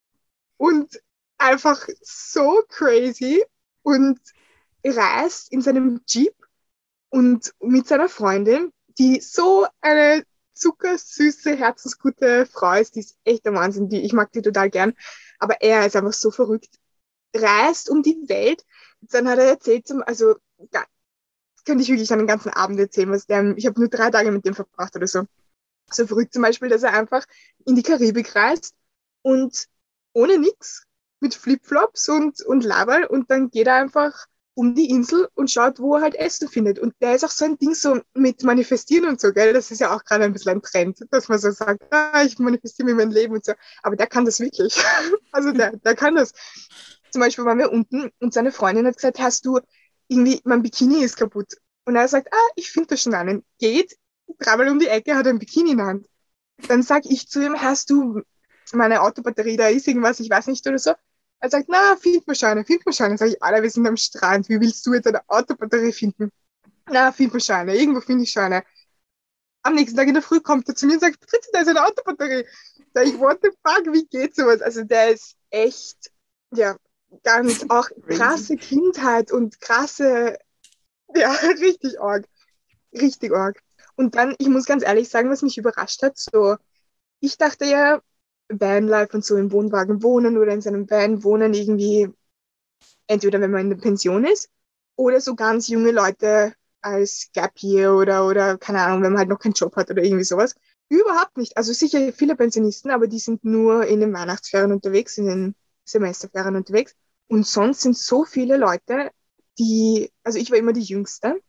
und einfach so crazy und reist in seinem Jeep und mit seiner Freundin, die so eine zuckersüße, herzensgute Frau ist, die ist echt der Wahnsinn, die, ich mag die total gern, aber er ist einfach so verrückt, reist um die Welt. Dann hat er erzählt, zum, also ja, das könnte ich wirklich einen ganzen Abend erzählen, was der, ich habe nur drei Tage mit dem verbracht oder so. So verrückt zum Beispiel, dass er einfach in die Karibik reist und ohne nix, mit Flipflops und, und Laberl und dann geht er einfach um die Insel und schaut, wo er halt Essen findet. Und der ist auch so ein Ding so mit Manifestieren und so, gell? Das ist ja auch gerade ein bisschen ein Trend, dass man so sagt, ah, ich manifestiere mir mein Leben und so. Aber der kann das wirklich. Also der, der kann das. Zum Beispiel waren wir unten und seine Freundin hat gesagt, hast du irgendwie, mein Bikini ist kaputt. Und er sagt, ah, ich finde das schon einen. Geht, dreimal um die Ecke, hat ein Bikini in der Hand. Dann sag ich zu ihm, hast du meine Autobatterie, da ist irgendwas, ich weiß nicht oder so. Er sagt, na, find mir schon eine, find mir schon eine. Sag ich, Alter, wir sind am Strand, wie willst du jetzt eine Autobatterie finden? Na, find mir schon eine, irgendwo finde ich schon eine. Am nächsten Tag in der Früh kommt er zu mir und sagt, Fritz, da ist eine Autobatterie. Sag ich, what the fuck, wie geht sowas? Also der ist echt, ja, ganz auch krasse Kindheit und krasse, ja, richtig arg. Richtig arg. Und dann, ich muss ganz ehrlich sagen, was mich überrascht hat, so, ich dachte ja, Vanlife und so im Wohnwagen wohnen oder in seinem Van wohnen irgendwie, entweder wenn man in der Pension ist oder so ganz junge Leute als Gap Year oder, oder keine Ahnung, wenn man halt noch keinen Job hat oder irgendwie sowas. Überhaupt nicht. Also sicher viele Pensionisten, aber die sind nur in den Weihnachtsferien unterwegs, in den Semesterferien unterwegs. Und sonst sind so viele Leute, die, also ich war immer die Jüngste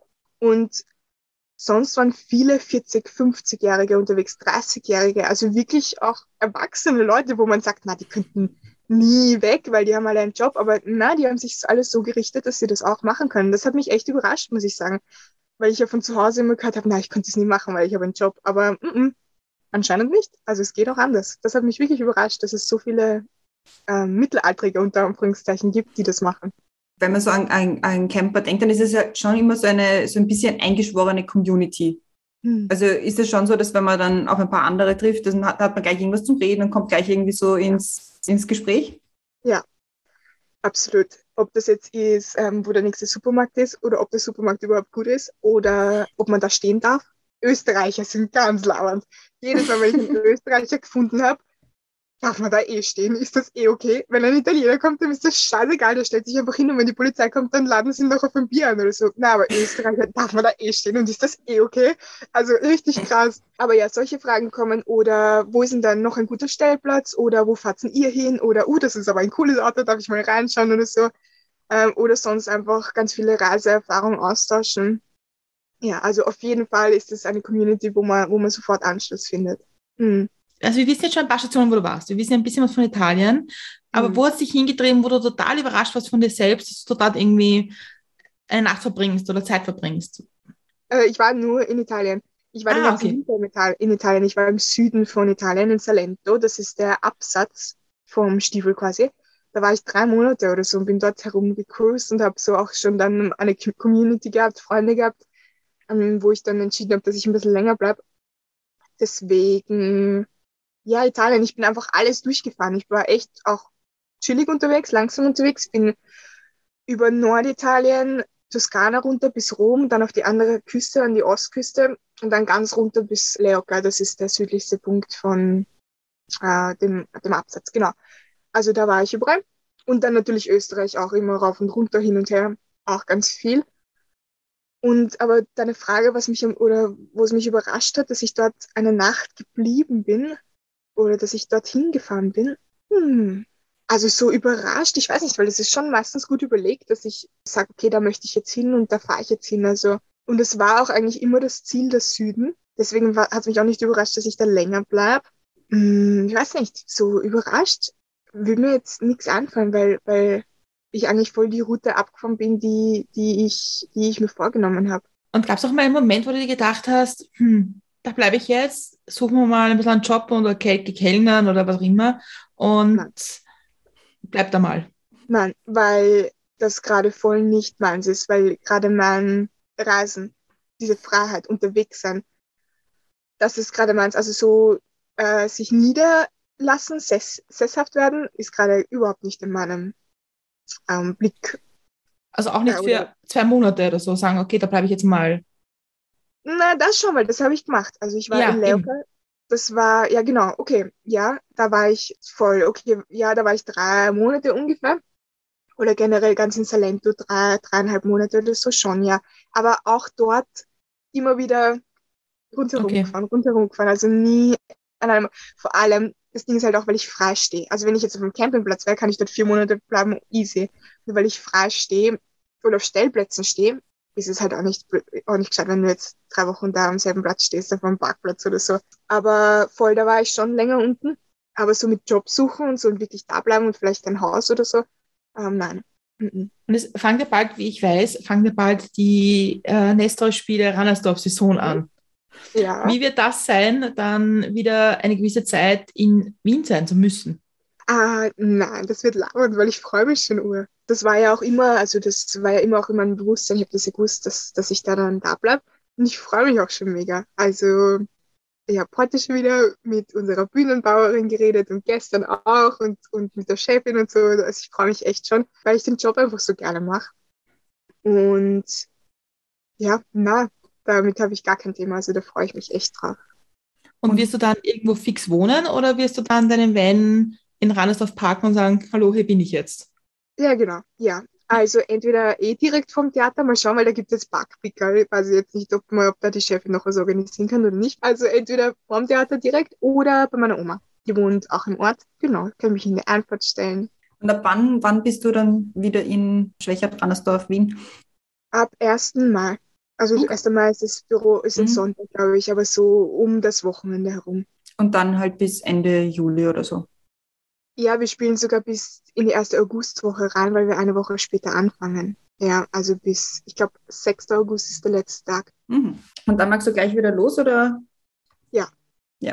und sonst waren viele vierzig-, fünfzigjährige unterwegs, dreißigjährige, also wirklich auch erwachsene Leute, wo man sagt, na, die könnten nie weg, weil die haben alle einen Job, aber na, die haben sich alles so gerichtet, dass sie das auch machen können. Das hat mich echt überrascht, muss ich sagen, weil ich ja von zu Hause immer gehört habe, na, ich könnte es nie machen, weil ich habe einen Job, aber m-m, anscheinend nicht. Also es geht auch anders. Das hat mich wirklich überrascht, dass es so viele ähm, Mittelaltrige unter Anführungszeichen gibt, die das machen.
Wenn man so an, an, an Camper denkt, dann ist es ja schon immer so eine so ein bisschen eingeschworene Community.
Hm.
Also ist es schon so, dass wenn man dann auf ein paar andere trifft, dann hat, hat man gleich irgendwas zum Reden und kommt gleich irgendwie so ins, ins Gespräch?
Ja, absolut. Ob das jetzt ist, ähm, wo der nächste Supermarkt ist oder ob der Supermarkt überhaupt gut ist oder ob man da stehen darf. Österreicher sind ganz lauernd. Jedes Mal, wenn ich einen Österreicher gefunden habe, darf man da eh stehen? Ist das eh okay? Wenn ein Italiener kommt, dann ist das scheißegal, der stellt sich einfach hin und wenn die Polizei kommt, dann laden sie ihn noch auf ein Bier an oder so. Na, aber Österreicher, darf man da eh stehen und ist das eh okay? Also richtig krass. Aber ja, solche Fragen kommen oder wo ist denn dann noch ein guter Stellplatz oder wo fahrt denn ihr hin oder uh, das ist aber ein cooles Auto, darf ich mal reinschauen oder so. Ähm, oder sonst einfach ganz viele Reiseerfahrungen austauschen. Ja, also auf jeden Fall ist es eine Community, wo man, wo man sofort Anschluss findet. Mhm.
Also wir wissen jetzt schon ein paar Stationen, wo du warst. Wir wissen ein bisschen was von Italien. Aber
Mhm.
wo hat es dich hingetrieben, wo du total überrascht warst von dir selbst, dass du dort irgendwie eine Nacht verbringst oder Zeit verbringst?
Äh, ich war nur in Italien. Ich war den
Ah,
ganzen
okay.
Winter in Ital- in Italien. Ich war im Süden von Italien, in Salento. Das ist der Absatz vom Stiefel quasi. Da war ich drei Monate oder so und bin dort herumgecruised und habe so auch schon dann eine Cu- Community gehabt, Freunde gehabt, ähm, wo ich dann entschieden habe, dass ich ein bisschen länger bleibe. Deswegen, ja, Italien. Ich bin einfach alles durchgefahren. Ich war echt auch chillig unterwegs, langsam unterwegs. Bin über Norditalien, Toskana runter bis Rom, dann auf die andere Küste, an die Ostküste und dann ganz runter bis Leoca. Das ist der südlichste Punkt von äh, dem, dem Absatz. Genau. Also da war ich überall. Und dann natürlich Österreich auch immer rauf und runter, hin und her, auch ganz viel. Und aber deine Frage, was mich am- oder wo es mich überrascht hat, dass ich dort eine Nacht geblieben bin oder dass ich dorthin gefahren bin. Hm. Also so überrascht, ich weiß nicht, weil es ist schon meistens gut überlegt, dass ich sage, okay, da möchte ich jetzt hin und da fahre ich jetzt hin. Also, und es war auch eigentlich immer das Ziel, der Süden. Deswegen hat es mich auch nicht überrascht, dass ich da länger bleibe. Hm, ich weiß nicht, so überrascht will mir jetzt nichts einfallen, weil, weil ich eigentlich voll die Route abgefahren bin, die, die ich, die ich mir vorgenommen habe.
Und gab es auch mal einen Moment, wo du dir gedacht hast, hm, da bleibe ich jetzt, suchen wir mal ein bisschen einen Job oder Kel Kellnern oder was auch immer und
Nein,
bleib da mal.
nein, weil das gerade voll nicht meins ist, weil gerade mein Reisen, diese Freiheit, unterwegs sein, das ist gerade meins. Also so äh, sich niederlassen, sess sesshaft werden, ist gerade überhaupt nicht in meinem ähm, Blick.
Also auch
Äh,
nicht
oder
für zwei Monate oder so sagen, okay, da bleibe ich jetzt mal.
na, das schon mal, das habe ich gemacht. Also ich war in
Ja, eben.
Leuca, das war, ja genau, okay, ja, da war ich voll, okay, ja, da war ich drei Monate ungefähr. Oder generell ganz in Salento, drei, dreieinhalb Monate oder so schon, ja. Aber auch dort immer wieder rundherum
Okay.
gefahren, rundherum gefahren. Also nie an einem, vor allem, das Ding ist halt auch, weil ich frei stehe. Also wenn ich jetzt auf einem Campingplatz wäre, kann ich dort vier Monate bleiben, easy. Nur weil ich frei stehe oder auf Stellplätzen stehe, ist es halt auch nicht, auch nicht gescheit, wenn du jetzt drei Wochen da am selben Platz stehst, auf einem Parkplatz oder so. Aber voll, da war ich schon länger unten. Aber so mit Job suchen und so und wirklich da bleiben und vielleicht ein Haus oder so, ähm, nein. Mhm.
Und es fangt ja bald, wie ich weiß, fangt ja bald die äh, Nestor-Spiele Rannersdorf-Saison an.
Ja.
Wie wird das sein, dann wieder eine gewisse Zeit in Wien sein zu müssen?
Ah, nein, das wird lauern, weil ich freue mich schon ur. Das war ja auch immer, also das war ja immer auch in meinem Bewusstsein, ich habe das ja gewusst, dass, dass ich da dann da bleibe. Und ich freue mich auch schon mega. Also ich habe heute schon wieder mit unserer Bühnenbauerin geredet und gestern auch und, und mit der Chefin und so. Also ich freue mich echt schon, weil ich den Job einfach so gerne mache. Und ja, na, damit habe ich gar kein Thema. Also da freue ich mich echt drauf.
Und
Und
wirst du dann irgendwo fix wohnen oder wirst du dann deinen Van in Rannersdorf parken und sagen, hallo, hier bin ich jetzt?
Ja, genau. Ja. Also entweder eh direkt vom Theater, mal schauen, weil da gibt es Backpickerl. Ich weiß jetzt nicht, ob, man, ob da die Chefin noch was organisieren kann oder nicht. Also entweder vom Theater direkt oder bei meiner Oma. Die wohnt auch im Ort. Genau, ich kann mich in die Einfahrt stellen.
Und ab wann, wann bist du dann wieder in Schwächert-Rannersdorf, Wien?
Ab ersten Mai. Also
Okay.
ersten Mai ist das Büro, ist ein
Mhm.
Sonntag, glaube ich, aber so um das Wochenende herum.
Und dann halt bis Ende Juli oder so.
Ja, wir spielen sogar bis in die erste Augustwoche rein, weil wir eine Woche später anfangen. Ja, also bis, ich glaube, sechster August ist der letzte Tag.
Mhm. Und dann magst du gleich wieder los, oder?
Ja.
Ja.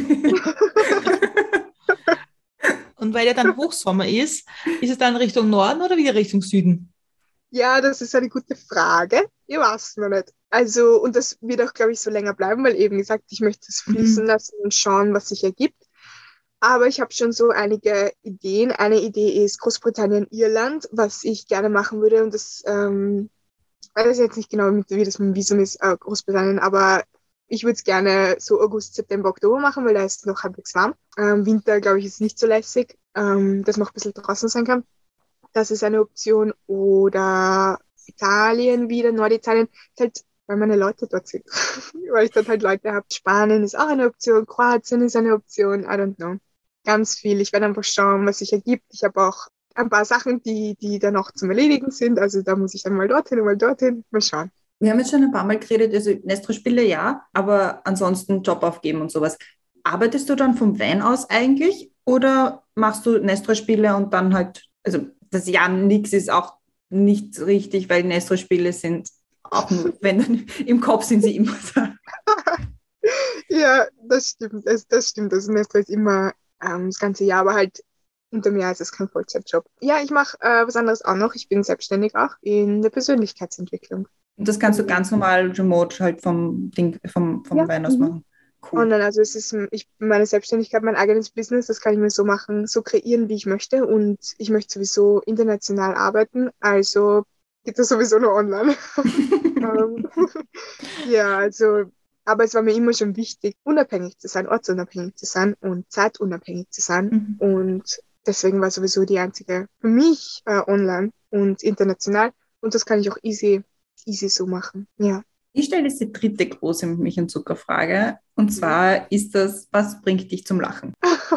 Und weil ja dann Hochsommer ist, ist es dann Richtung Norden oder wieder Richtung Süden?
Ja, das ist eine gute Frage. Ich weiß noch nicht. Also, und das wird auch, glaube ich, so länger bleiben, weil eben gesagt, ich möchte es fließen
Mhm.
lassen und schauen, was sich ergibt. Aber ich habe schon so einige Ideen. Eine Idee ist Großbritannien, Irland, was ich gerne machen würde. Und das, ähm, ich weiß jetzt nicht genau, wie das mit dem Visum ist, äh, Großbritannien, aber ich würde es gerne so August, September, Oktober machen, weil da ist es noch halbwegs warm. Ähm, Winter, glaube ich, ist nicht so lässig, ähm, dass man auch ein bisschen draußen sein kann. Das ist eine Option. Oder Italien wieder, Norditalien. Ist halt, weil meine Leute dort sind. Weil ich dort halt Leute habe. Spanien ist auch eine Option. Kroatien ist eine Option. I don't know. Ganz viel. Ich werde einfach schauen, was sich ergibt. Ich habe auch ein paar Sachen, die, die dann noch zum Erledigen sind. Also da muss ich dann mal dorthin und mal dorthin. Mal schauen.
Wir haben jetzt schon ein paar Mal geredet, also Nestro-Spiele ja, aber ansonsten Job aufgeben und sowas. Arbeitest du dann vom Van aus eigentlich oder machst du Nestro-Spiele und dann halt, also das Ja nix ist auch nicht richtig, weil Nestro-Spiele sind auch nur, wenn dann im Kopf sind sie immer da.
Ja, das stimmt. Das, das stimmt. Das Semester ist immer ähm, das ganze Jahr, aber halt unterm Jahr ist es kein Vollzeitjob. Ja, ich mache äh, was anderes auch noch. Ich bin selbstständig auch in der Persönlichkeitsentwicklung.
Und das kannst du ganz normal remote halt vom Ding, vom, vom
Ja,
Van aus
mhm.
machen. Cool.
Und dann, also es ist ich, meine Selbstständigkeit, mein eigenes Business, das kann ich mir so machen, so kreieren, wie ich möchte. Und ich möchte sowieso international arbeiten, also geht das sowieso nur online. Ähm, ja, also, aber es war mir immer schon wichtig, unabhängig zu sein, ortsunabhängig zu sein und zeitunabhängig zu sein.
Mhm.
Und deswegen war sowieso die einzige für mich äh, online und international. Und das kann ich auch easy, easy so machen. Ja.
Ich stelle jetzt die dritte große Milch- und Zuckerfrage. Und zwar ist das, was bringt dich zum Lachen?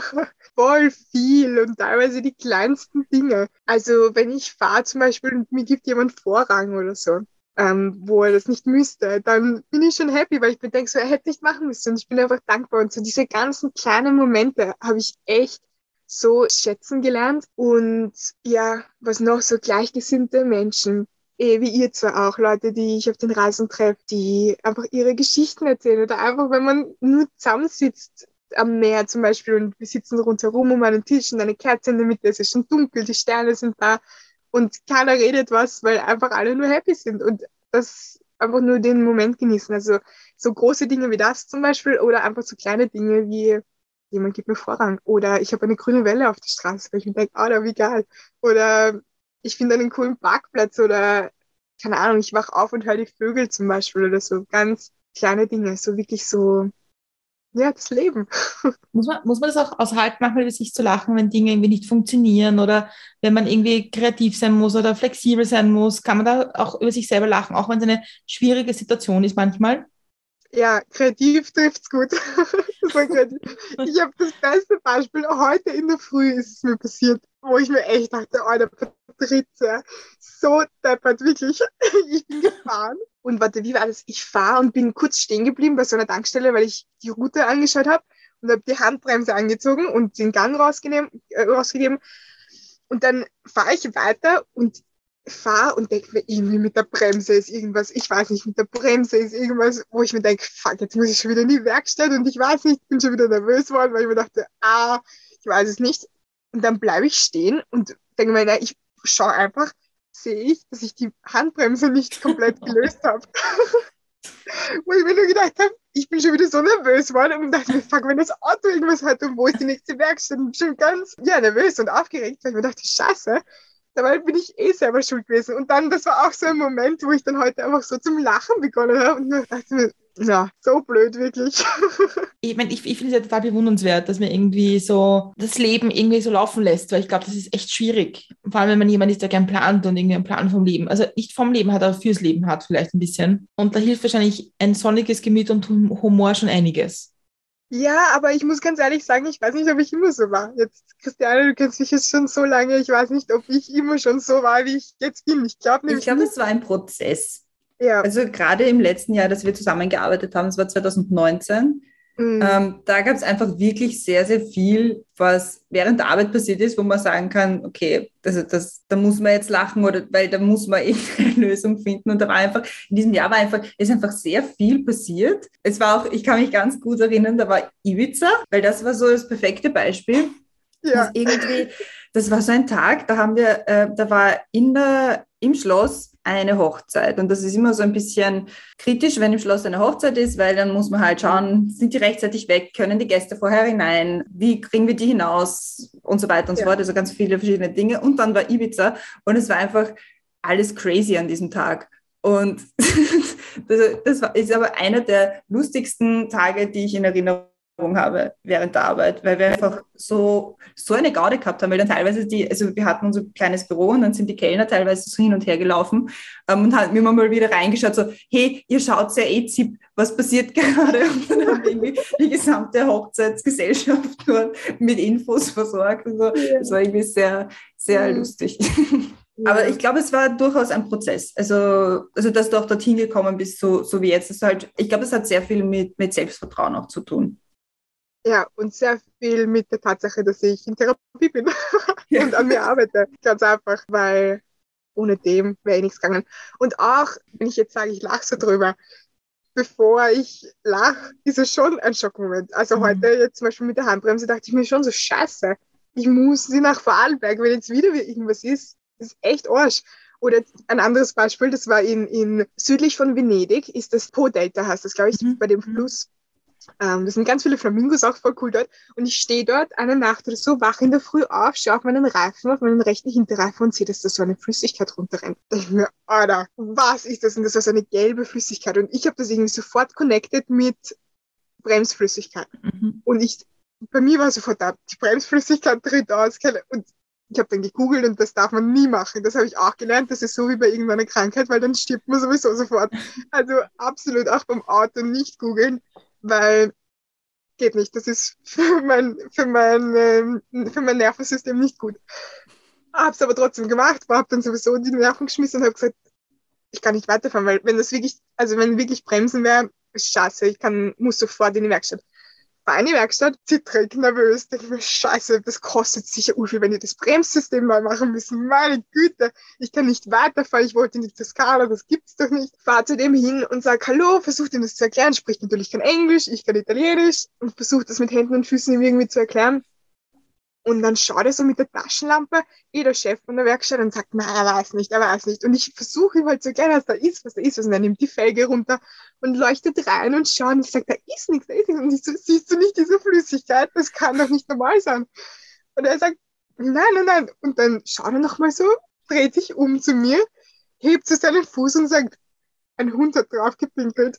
Voll viel und teilweise die kleinsten Dinge. Also wenn ich fahre zum Beispiel und mir gibt jemand Vorrang oder so, ähm, wo er das nicht müsste, dann bin ich schon happy, weil ich mir denke, so, er hätte nicht machen müssen und ich bin einfach dankbar. Und so diese ganzen kleinen Momente habe ich echt so schätzen gelernt. Und ja, was noch, so gleichgesinnte Menschen, eh, wie ihr zwar auch, Leute, die ich auf den Reisen treffe, die einfach ihre Geschichten erzählen oder einfach, wenn man nur zusammensitzt am Meer zum Beispiel und wir sitzen rundherum um einen Tisch und eine Kerze in der Mitte, es ist schon dunkel, die Sterne sind da und keiner redet was, weil einfach alle nur happy sind und das einfach nur den Moment genießen. Also so große Dinge wie das zum Beispiel oder einfach so kleine Dinge wie jemand gibt mir Vorrang oder ich habe eine grüne Welle auf der Straße, weil ich mir denke, oh, da wie geil. Oder ich finde einen coolen Parkplatz oder keine Ahnung, ich wach auf und höre die Vögel zum Beispiel oder so ganz kleine Dinge, so wirklich so, ja, das Leben.
Muss man, muss man das auch aushalten, manchmal über sich zu lachen, wenn Dinge irgendwie nicht funktionieren oder wenn man irgendwie kreativ sein muss oder flexibel sein muss? Kann man da auch über sich selber lachen, auch wenn es eine schwierige Situation ist manchmal?
Ja, kreativ trifft's gut. Das war kreativ. Ich habe das beste Beispiel, heute in der Früh ist es mir passiert, wo ich mir echt dachte, oh, der Patrizia, so deppert, wirklich. Ich bin gefahren und warte, wie war das? Ich fahre und bin kurz stehen geblieben bei so einer Tankstelle, weil ich die Route angeschaut habe und habe die Handbremse angezogen und den Gang rausgegeben, äh, rausgegeben. Und dann fahre ich weiter und fahre und denke mir, irgendwie mit der Bremse ist irgendwas, ich weiß nicht, mit der Bremse ist irgendwas, wo ich mir denke, fuck, jetzt muss ich schon wieder in die Werkstatt und ich weiß nicht, bin schon wieder nervös geworden, weil ich mir dachte, ah, ich weiß es nicht. Und dann bleibe ich stehen und denke mir, na, ich schaue einfach, sehe ich, dass ich die Handbremse nicht komplett gelöst habe. Wo ich mir nur gedacht habe, ich bin schon wieder so nervös geworden und dachte mir, fuck, wenn das Auto irgendwas hat und wo ist die nächste Werkstatt? Ich bin schon ganz ja, nervös und aufgeregt, weil ich mir dachte, scheiße, dabei bin ich eh selber schuld gewesen. Und dann, das war auch so ein Moment, wo ich dann heute einfach so zum Lachen begonnen habe und mir dachte mir, ja, so blöd, wirklich.
Ich meine, ich, ich finde es ja total bewundernswert, dass man irgendwie so das Leben irgendwie so laufen lässt, weil ich glaube, das ist echt schwierig. Vor allem, wenn man jemand ist, der gern plant und irgendwie einen Plan vom Leben, also nicht vom Leben hat, aber fürs Leben hat vielleicht ein bisschen. Und da hilft wahrscheinlich ein sonniges Gemüt und Humor schon einiges.
Ja, aber ich muss ganz ehrlich sagen, ich weiß nicht, ob ich immer so war. Jetzt, Christiane, du kennst mich jetzt schon so lange, ich weiß nicht, ob ich immer schon so war, wie ich jetzt bin. Ich glaube nämlich
Ich glaube,
nicht.
es war ein Prozess.
Ja.
Also gerade im letzten Jahr, dass wir zusammengearbeitet haben, das war zwanzig neunzehn,
Mhm.
ähm, da gab es einfach wirklich sehr, sehr viel, was während der Arbeit passiert ist, wo man sagen kann, okay, das, das, da muss man jetzt lachen oder weil da muss man irgendeine Lösung finden. Und da war einfach, in diesem Jahr war einfach, ist einfach sehr viel passiert. Es war auch, ich kann mich ganz gut erinnern, da war Ibiza, weil das war so das perfekte Beispiel.
Ja.
Das irgendwie, das war so ein Tag, da haben wir, äh, da war in der, im Schloss eine Hochzeit. Und das ist immer so ein bisschen kritisch, wenn im Schloss eine Hochzeit ist, weil dann muss man halt schauen, sind die rechtzeitig weg, können die Gäste vorher hinein, wie kriegen wir die hinaus und so weiter und so
Ja.
fort. Also ganz viele verschiedene Dinge. Und dann war Ibiza und es war einfach alles crazy an diesem Tag. Und das, das war, ist aber einer der lustigsten Tage, die ich in Erinnerung habe während der Arbeit, weil wir einfach so, so eine Gaude gehabt haben, weil dann teilweise die, also wir hatten unser kleines Büro und dann sind die Kellner teilweise so hin und her gelaufen ähm, und haben immer mal wieder reingeschaut, so, hey, ihr schaut ja eh zipp, was passiert gerade? Und dann haben wir irgendwie die gesamte Hochzeitsgesellschaft nur mit Infos versorgt und so.
Ja.
Das war irgendwie sehr, sehr
Mhm.
lustig. Aber ich glaube, es war durchaus ein Prozess. Also, also dass du auch dorthin gekommen bist, so, so wie jetzt. Das ist halt, ich glaube, es hat sehr viel mit, mit Selbstvertrauen auch zu tun.
Ja, und sehr viel mit der Tatsache, dass ich in Therapie bin
Ja.
und an mir arbeite. Ganz einfach, weil ohne dem wäre eh nichts gegangen. Und auch, wenn ich jetzt sage, ich lache so drüber, bevor ich lache, ist es schon ein Schockmoment. Also
Mhm.
heute jetzt zum Beispiel mit der Handbremse dachte ich mir schon so, scheiße, ich muss sie nach Vorarlberg, wenn jetzt wieder irgendwas ist, das ist echt Arsch. Oder ein anderes Beispiel, das war in, in südlich von Venedig, ist das Po-Delta, heißt das, glaube ich,
Mhm.
bei dem
Mhm.
Fluss. Ähm, das sind ganz viele Flamingos, auch voll cool dort. Und ich stehe dort eine Nacht oder so, wach in der Früh auf, schaue auf meinen Reifen, auf meinen rechten Hinterreifen und sehe, dass da so eine Flüssigkeit runterrennt. Da denke ich mir, Alter, was ist das? Und das war so eine gelbe Flüssigkeit. Und ich habe das irgendwie sofort connected mit Bremsflüssigkeit.
Mhm.
Und ich, bei mir war sofort da, die Bremsflüssigkeit tritt aus. keine- Und ich habe dann gegoogelt und das darf man nie machen. Das habe ich auch gelernt. Das ist so wie bei irgendeiner Krankheit, weil dann stirbt man sowieso sofort. Also absolut auch beim Auto nicht googeln, weil geht nicht. Das ist für mein, für mein, ähm, für mein Nervensystem nicht gut. Hab's aber trotzdem gemacht, hab dann sowieso die Nerven geschmissen und hab gesagt, ich kann nicht weiterfahren, weil wenn das wirklich, also wenn wirklich Bremsen wäre, ist scheiße, ich kann, muss sofort in die Werkstatt. Fahr in die Werkstatt, zittrig, nervös, denke ich mir, scheiße, das kostet sicher urviel, wenn die das Bremssystem mal machen müssen. Meine Güte, ich kann nicht weiterfahren, ich wollte in die Toskana, das gibt's doch nicht. Fahr zu dem hin und sag Hallo, versuch ihm das zu erklären, spricht natürlich kein Englisch, ich kann Italienisch und versuch das mit Händen und Füßen ihm irgendwie zu erklären. Und dann schaut er so mit der Taschenlampe, eh der Chef von der Werkstatt, und sagt, nein, er weiß nicht, er weiß nicht. Und ich versuche ihm halt zu erklären, was da ist, was da ist. Also er nimmt die Felge runter und leuchtet rein und schaut und sagt, da ist nichts, da ist nichts. Und ich so, siehst du nicht diese Flüssigkeit? Das kann doch nicht normal sein. Und er sagt, nein, nein, nein. Und dann schaut er nochmal so, dreht sich um zu mir, hebt so seinen Fuß und sagt, ein Hund hat drauf gepinkelt.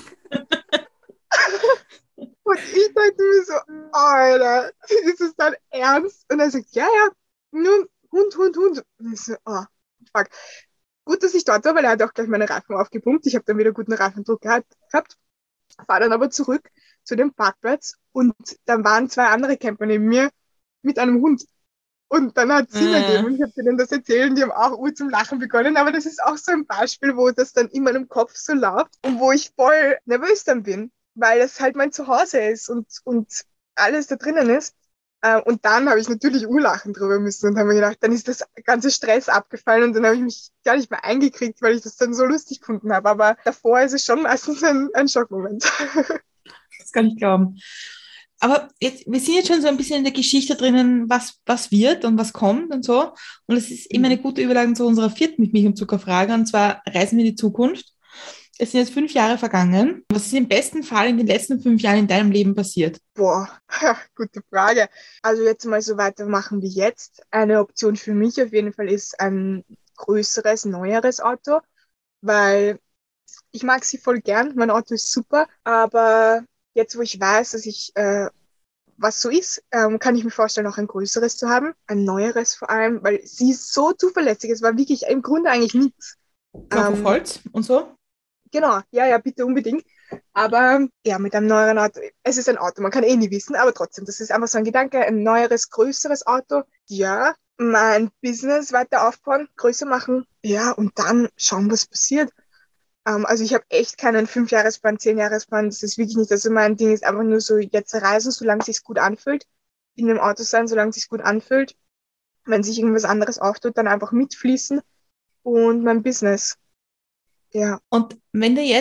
Und ich dachte mir so, Alter, ist es dein Ernst? Und er sagt, ja, ja, nur Hund, Hund, Hund. Und ich so, oh, fuck. Gut, dass ich dort war, weil er hat auch gleich meine Reifen aufgepumpt. Ich habe dann wieder guten Reifendruck gehabt. Fahre dann aber zurück zu dem Parkplatz und dann waren zwei andere Camper neben mir mit einem Hund. Und dann hat es Sinn ergeben und ich habe denen das erzählt und die haben auch ur zum Lachen begonnen. Aber das ist auch so ein Beispiel, wo das dann in meinem Kopf so läuft und wo ich voll nervös dann bin, weil das halt mein Zuhause ist und, und alles da drinnen ist. Äh, Und dann habe ich natürlich urlachen drüber müssen und habe mir gedacht, dann ist das ganze Stress abgefallen und dann habe ich mich gar nicht mehr eingekriegt, weil ich das dann so lustig gefunden habe. Aber davor ist es schon meistens ein, ein Schockmoment.
Das kann ich glauben. Aber jetzt, wir sind jetzt schon so ein bisschen in der Geschichte drinnen, was, was wird und was kommt und so. Und es ist immer eine gute Überleitung zu unserer vierten mit Milch und Zucker-Frage, und zwar reisen wir in die Zukunft. Es sind jetzt fünf Jahre vergangen. Was ist im besten Fall in den letzten fünf Jahren in deinem Leben passiert?
Boah, gute Frage. Also jetzt mal so weitermachen wie jetzt. Eine Option für mich auf jeden Fall ist ein größeres, neueres Auto, weil ich mag sie voll gern. Mein Auto ist super, aber jetzt, wo ich weiß, dass ich äh, was so ist, ähm, kann ich mir vorstellen, auch ein größeres zu haben, ein neueres vor allem, weil sie ist so zuverlässig. Es war wirklich im Grunde eigentlich nichts.
Klopf auf Holz und so?
Genau, ja, ja, bitte unbedingt. Aber ja, mit einem neueren Auto, es ist ein Auto, man kann eh nie wissen, aber trotzdem, das ist einfach so ein Gedanke, ein neueres, größeres Auto. Ja, mein Business weiter aufbauen, größer machen, ja, und dann schauen, was passiert. Ähm, also ich habe echt keinen Fünfjahresplan, Zehnjahresplan, das ist wirklich nicht, also mein Ding ist einfach nur so, jetzt reisen, solange es sich gut anfühlt, in dem Auto sein, solange es sich gut anfühlt. Wenn sich irgendwas anderes auftut, dann einfach mitfließen und mein Business. Ja.
Und wenn du jetzt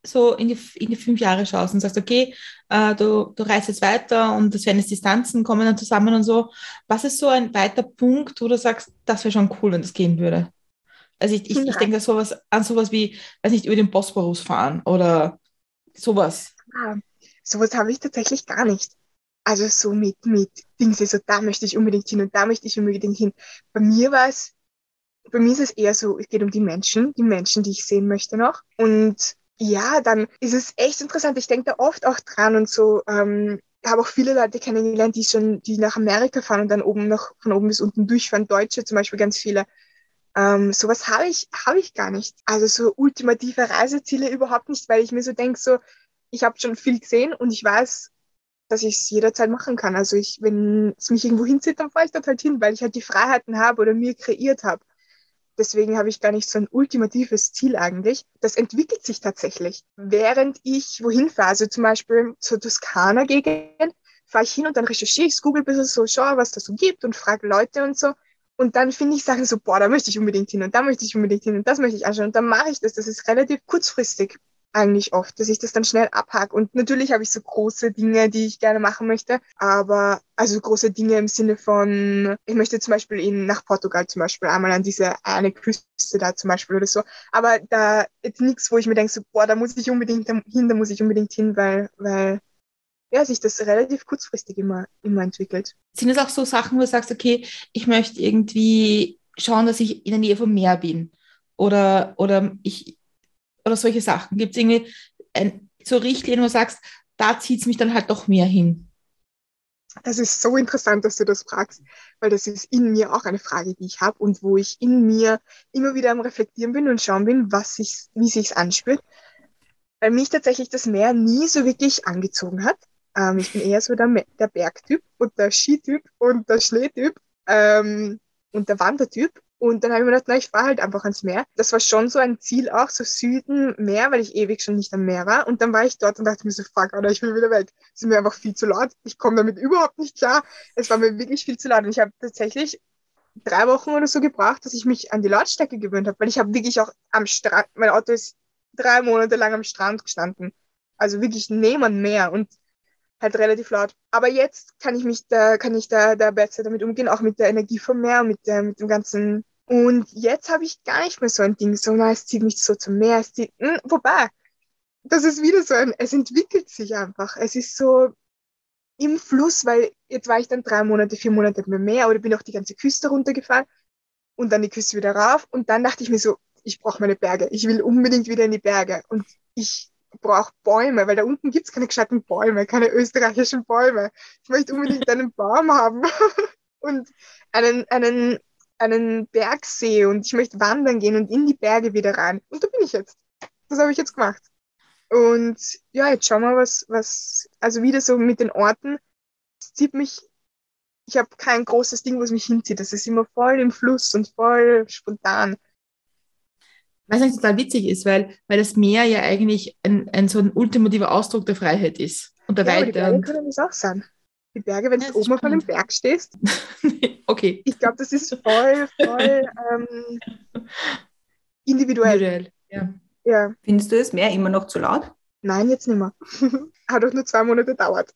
so in die, in die fünf Jahre schaust und sagst, okay, äh, du, du reist jetzt weiter und das werden jetzt Distanzen kommen dann zusammen und so. Was ist so ein weiter Punkt, wo du sagst, das wäre schon cool, wenn das gehen würde? Also ich, ich, ich denke da sowas, an sowas wie, weiß nicht, über den Bosporus fahren oder sowas.
Ah, sowas habe ich tatsächlich gar nicht. Also so mit, mit Dings, so da möchte ich unbedingt hin und da möchte ich unbedingt hin. Bei mir war es, bei mir ist es eher so, es geht um die Menschen, die Menschen, die ich sehen möchte noch. Und ja, dann ist es echt interessant. Ich denke da oft auch dran und so, ähm, habe auch viele Leute kennengelernt, die schon, die nach Amerika fahren und dann oben noch von oben bis unten durchfahren. Deutsche zum Beispiel ganz viele. Ähm, sowas habe ich, habe ich gar nicht. Also so ultimative Reiseziele überhaupt nicht, weil ich mir so denke, so, ich habe schon viel gesehen und ich weiß, dass ich es jederzeit machen kann. Also ich, wenn es mich irgendwo hinzieht, dann fahre ich dort halt hin, weil ich halt die Freiheiten habe oder mir kreiert habe. Deswegen habe ich gar nicht so ein ultimatives Ziel eigentlich. Das entwickelt sich tatsächlich. Während ich wohin fahre, also zum Beispiel zur Toskana-Gegend, fahre ich hin und dann recherchiere ich, google ein bisschen so, schaue, was da so gibt und frage Leute und so. Und dann finde ich Sachen so, boah, da möchte ich unbedingt hin und da möchte ich unbedingt hin und das möchte ich anschauen. Und dann mache ich das. Das ist relativ kurzfristig eigentlich oft, dass ich das dann schnell abhake. Und natürlich habe ich so große Dinge, die ich gerne machen möchte, aber also große Dinge im Sinne von, ich möchte zum Beispiel in, nach Portugal zum Beispiel, einmal an diese eine Küste da zum Beispiel oder so. Aber da jetzt nichts, wo ich mir denke, so, boah, da muss ich unbedingt hin, da muss ich unbedingt hin, weil, weil ja, sich das relativ kurzfristig immer, immer entwickelt.
Sind es auch so Sachen, wo du sagst, okay, ich möchte irgendwie schauen, dass ich in der Nähe vom Meer bin? Oder, oder ich, oder solche Sachen? Gibt es irgendwie ein, so Richtlinien, wo du sagst, da zieht es mich dann halt doch mehr hin?
Das ist so interessant, dass du das fragst, weil das ist in mir auch eine Frage, die ich habe und wo ich in mir immer wieder am Reflektieren bin und schauen bin, was sich, wie sich's anspürt. Weil mich tatsächlich das Meer nie so wirklich angezogen hat. Ähm, ich bin eher so der, der Bergtyp und der Skityp und der Schneetyp ähm, und der Wandertyp. Und dann habe ich mir gedacht, na, ich fahre halt einfach ans Meer. Das war schon so ein Ziel auch, so Süden, Meer, weil ich ewig schon nicht am Meer war. Und dann war ich dort und dachte mir so, fuck, Alter, ich will wieder weg. Es ist mir einfach viel zu laut. Ich komme damit überhaupt nicht klar. Es war mir wirklich viel zu laut. Und ich habe tatsächlich drei Wochen oder so gebraucht, dass ich mich an die Lautstärke gewöhnt habe, weil ich habe wirklich auch am Strand, mein Auto ist drei Monate lang am Strand gestanden. Also wirklich neben am Meer und halt relativ laut. Aber jetzt kann ich mich da, kann ich da, da besser damit umgehen, auch mit der Energie vom Meer, mit der, mit dem ganzen. Und jetzt habe ich gar nicht mehr so ein Ding, so, na, es zieht mich so zum Meer, es zieht, mh, wobei, das ist wieder so ein, es entwickelt sich einfach. Es ist so im Fluss, weil jetzt war ich dann drei Monate, vier Monate mit dem Meer oder bin auch die ganze Küste runtergefahren und dann die Küste wieder rauf und dann dachte ich mir so, ich brauche meine Berge, ich will unbedingt wieder in die Berge und ich brauche Bäume, weil da unten gibt's keine gescheiten Bäume, keine österreichischen Bäume. Ich möchte unbedingt einen Baum haben und einen, einen, einen Bergsee und ich möchte wandern gehen und in die Berge wieder rein. Und da bin ich jetzt. Das habe ich jetzt gemacht. Und ja, jetzt schauen wir, was, was, also wieder so mit den Orten, es zieht mich, ich habe kein großes Ding, wo es mich hinzieht. Das ist immer voll im Fluss und voll spontan.
Was eigentlich total witzig ist, weil, weil das Meer ja eigentlich ein, ein so ein ultimativer Ausdruck der Freiheit ist und der
Ja, aber
Weite.
die Berge
Und
können das auch sein. Die Berge, wenn
ja,
du oben auf einem
spannend.
Berg stehst,
Okay.
ich glaube, das ist voll, voll ähm, individuell.
Individuell. Ja.
Ja,
Findest du das Meer immer noch zu laut?
nein, jetzt nicht mehr. Hat auch nur zwei Monate gedauert.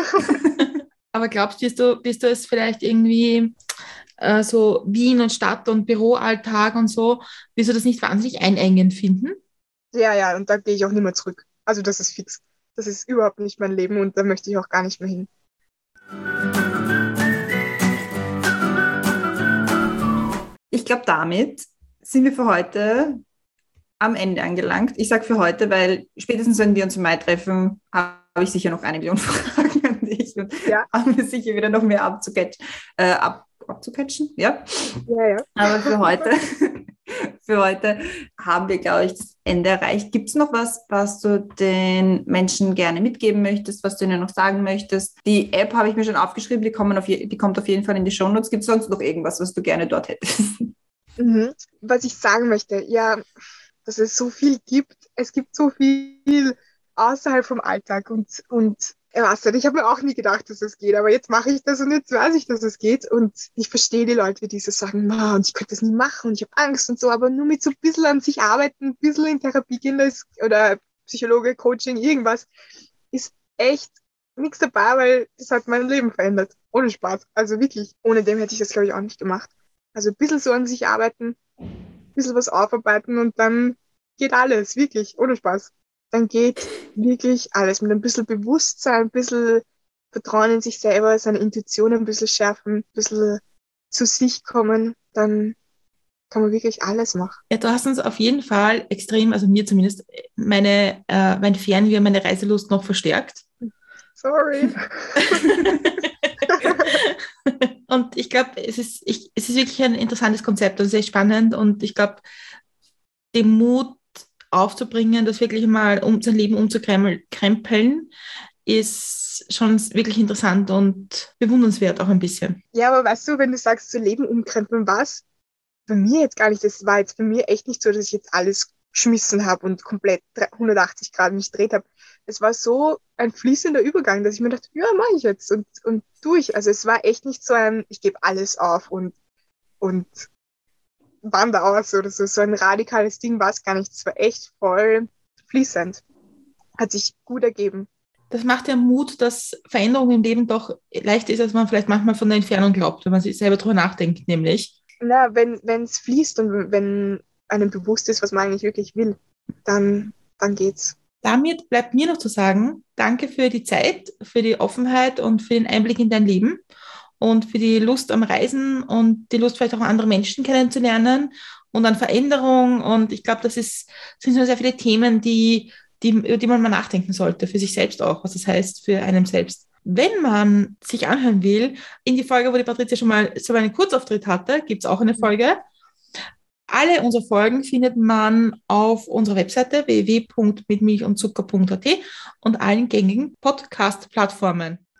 Aber glaubst du, wirst du, wirst du es vielleicht irgendwie äh, so Wien und Stadt und Büroalltag und so, wirst du das nicht wahnsinnig einengend finden?
Ja, ja, und da gehe ich auch nicht mehr zurück. Also das ist fix. Das ist überhaupt nicht mein Leben und da möchte ich auch gar nicht mehr hin.
Ich glaube, damit sind wir für heute am Ende angelangt. Ich sage für heute, weil spätestens, wenn wir uns im Mai treffen, habe ich sicher noch eine Million Fragen an dich und
Ja.
haben wir sicher wieder noch mehr abzucatchen. Äh, ab, abzucatchen, ja.
Ja, ja.
Aber für heute, für heute haben wir, glaube ich, das Ende erreicht. Gibt es noch was, was du den Menschen gerne mitgeben möchtest, was du ihnen noch sagen möchtest? Die App habe ich mir schon aufgeschrieben, die, kommen auf je, die kommt auf jeden Fall in die Shownotes. Gibt es sonst noch irgendwas, was du gerne dort hättest?
Mhm. Was ich sagen möchte, ja, dass es so viel gibt. Es gibt so viel außerhalb vom Alltag und, und ja, was denn, ich habe mir auch nie gedacht, dass es geht, aber jetzt mache ich das und jetzt weiß ich, dass es geht und ich verstehe die Leute, die so sagen, ma, und ich könnte das nie machen und ich habe Angst und so, aber nur mit so ein bisschen an sich arbeiten, ein bisschen in Therapie gehen das, oder Psychologe, Coaching, irgendwas, ist echt nichts dabei, weil das hat mein Leben verändert. Ohne Spaß. Also wirklich, ohne dem hätte ich das, glaube ich, auch nicht gemacht. Also ein bisschen so an sich arbeiten, ein bisschen was aufarbeiten und dann geht alles, wirklich, ohne Spaß. Dann geht wirklich alles. Mit ein bisschen Bewusstsein, ein bisschen Vertrauen in sich selber, seine Intuition ein bisschen schärfen, ein bisschen zu sich kommen, dann kann man wirklich alles machen.
Ja, du hast uns auf jeden Fall extrem, also mir zumindest, meine, äh, mein Fernweh, meine Reiselust noch verstärkt.
Sorry.
Und ich glaube, es ist, ich, es ist wirklich ein interessantes Konzept und sehr spannend. Und ich glaube, den Mut aufzubringen, das wirklich mal um sein Leben umzukrempeln, ist schon wirklich interessant und bewundernswert auch ein bisschen.
Ja, aber weißt du, wenn du sagst, so Leben umkrempeln, was? Bei mir jetzt gar nicht. Das war jetzt bei mir echt nicht so, dass ich jetzt alles geschmissen habe und komplett hundertachtzig Grad mich gedreht habe. Es war so ein fließender Übergang, dass ich mir dachte, ja, mache ich jetzt und, und durch. Also es war echt nicht so ein, ich gebe alles auf und, und wandere aus oder so. So ein radikales Ding war es gar nicht. Es war echt voll fließend. Hat sich gut ergeben.
Das macht ja Mut, dass Veränderung im Leben doch leichter ist, als man vielleicht manchmal von der Entfernung glaubt, wenn man sich selber drüber nachdenkt, nämlich.
Na, wenn es fließt und wenn einem bewusst ist, was man eigentlich wirklich will, dann, dann geht's.
Damit bleibt mir noch zu sagen, danke für die Zeit, für die Offenheit und für den Einblick in dein Leben und für die Lust am Reisen und die Lust vielleicht auch andere Menschen kennenzulernen und an Veränderung. Und ich glaube, das ist, sind so sehr viele Themen, die, die, über die man mal nachdenken sollte, für sich selbst auch, was das heißt für einen selbst. Wenn man sich anhören will, in die Folge, wo die Patricia schon mal so einen Kurzauftritt hatte, gibt es auch eine Folge. Alle unsere Folgen findet man auf unserer Webseite w w w punkt mit milch und zucker punkt a t und allen gängigen Podcast-Plattformen.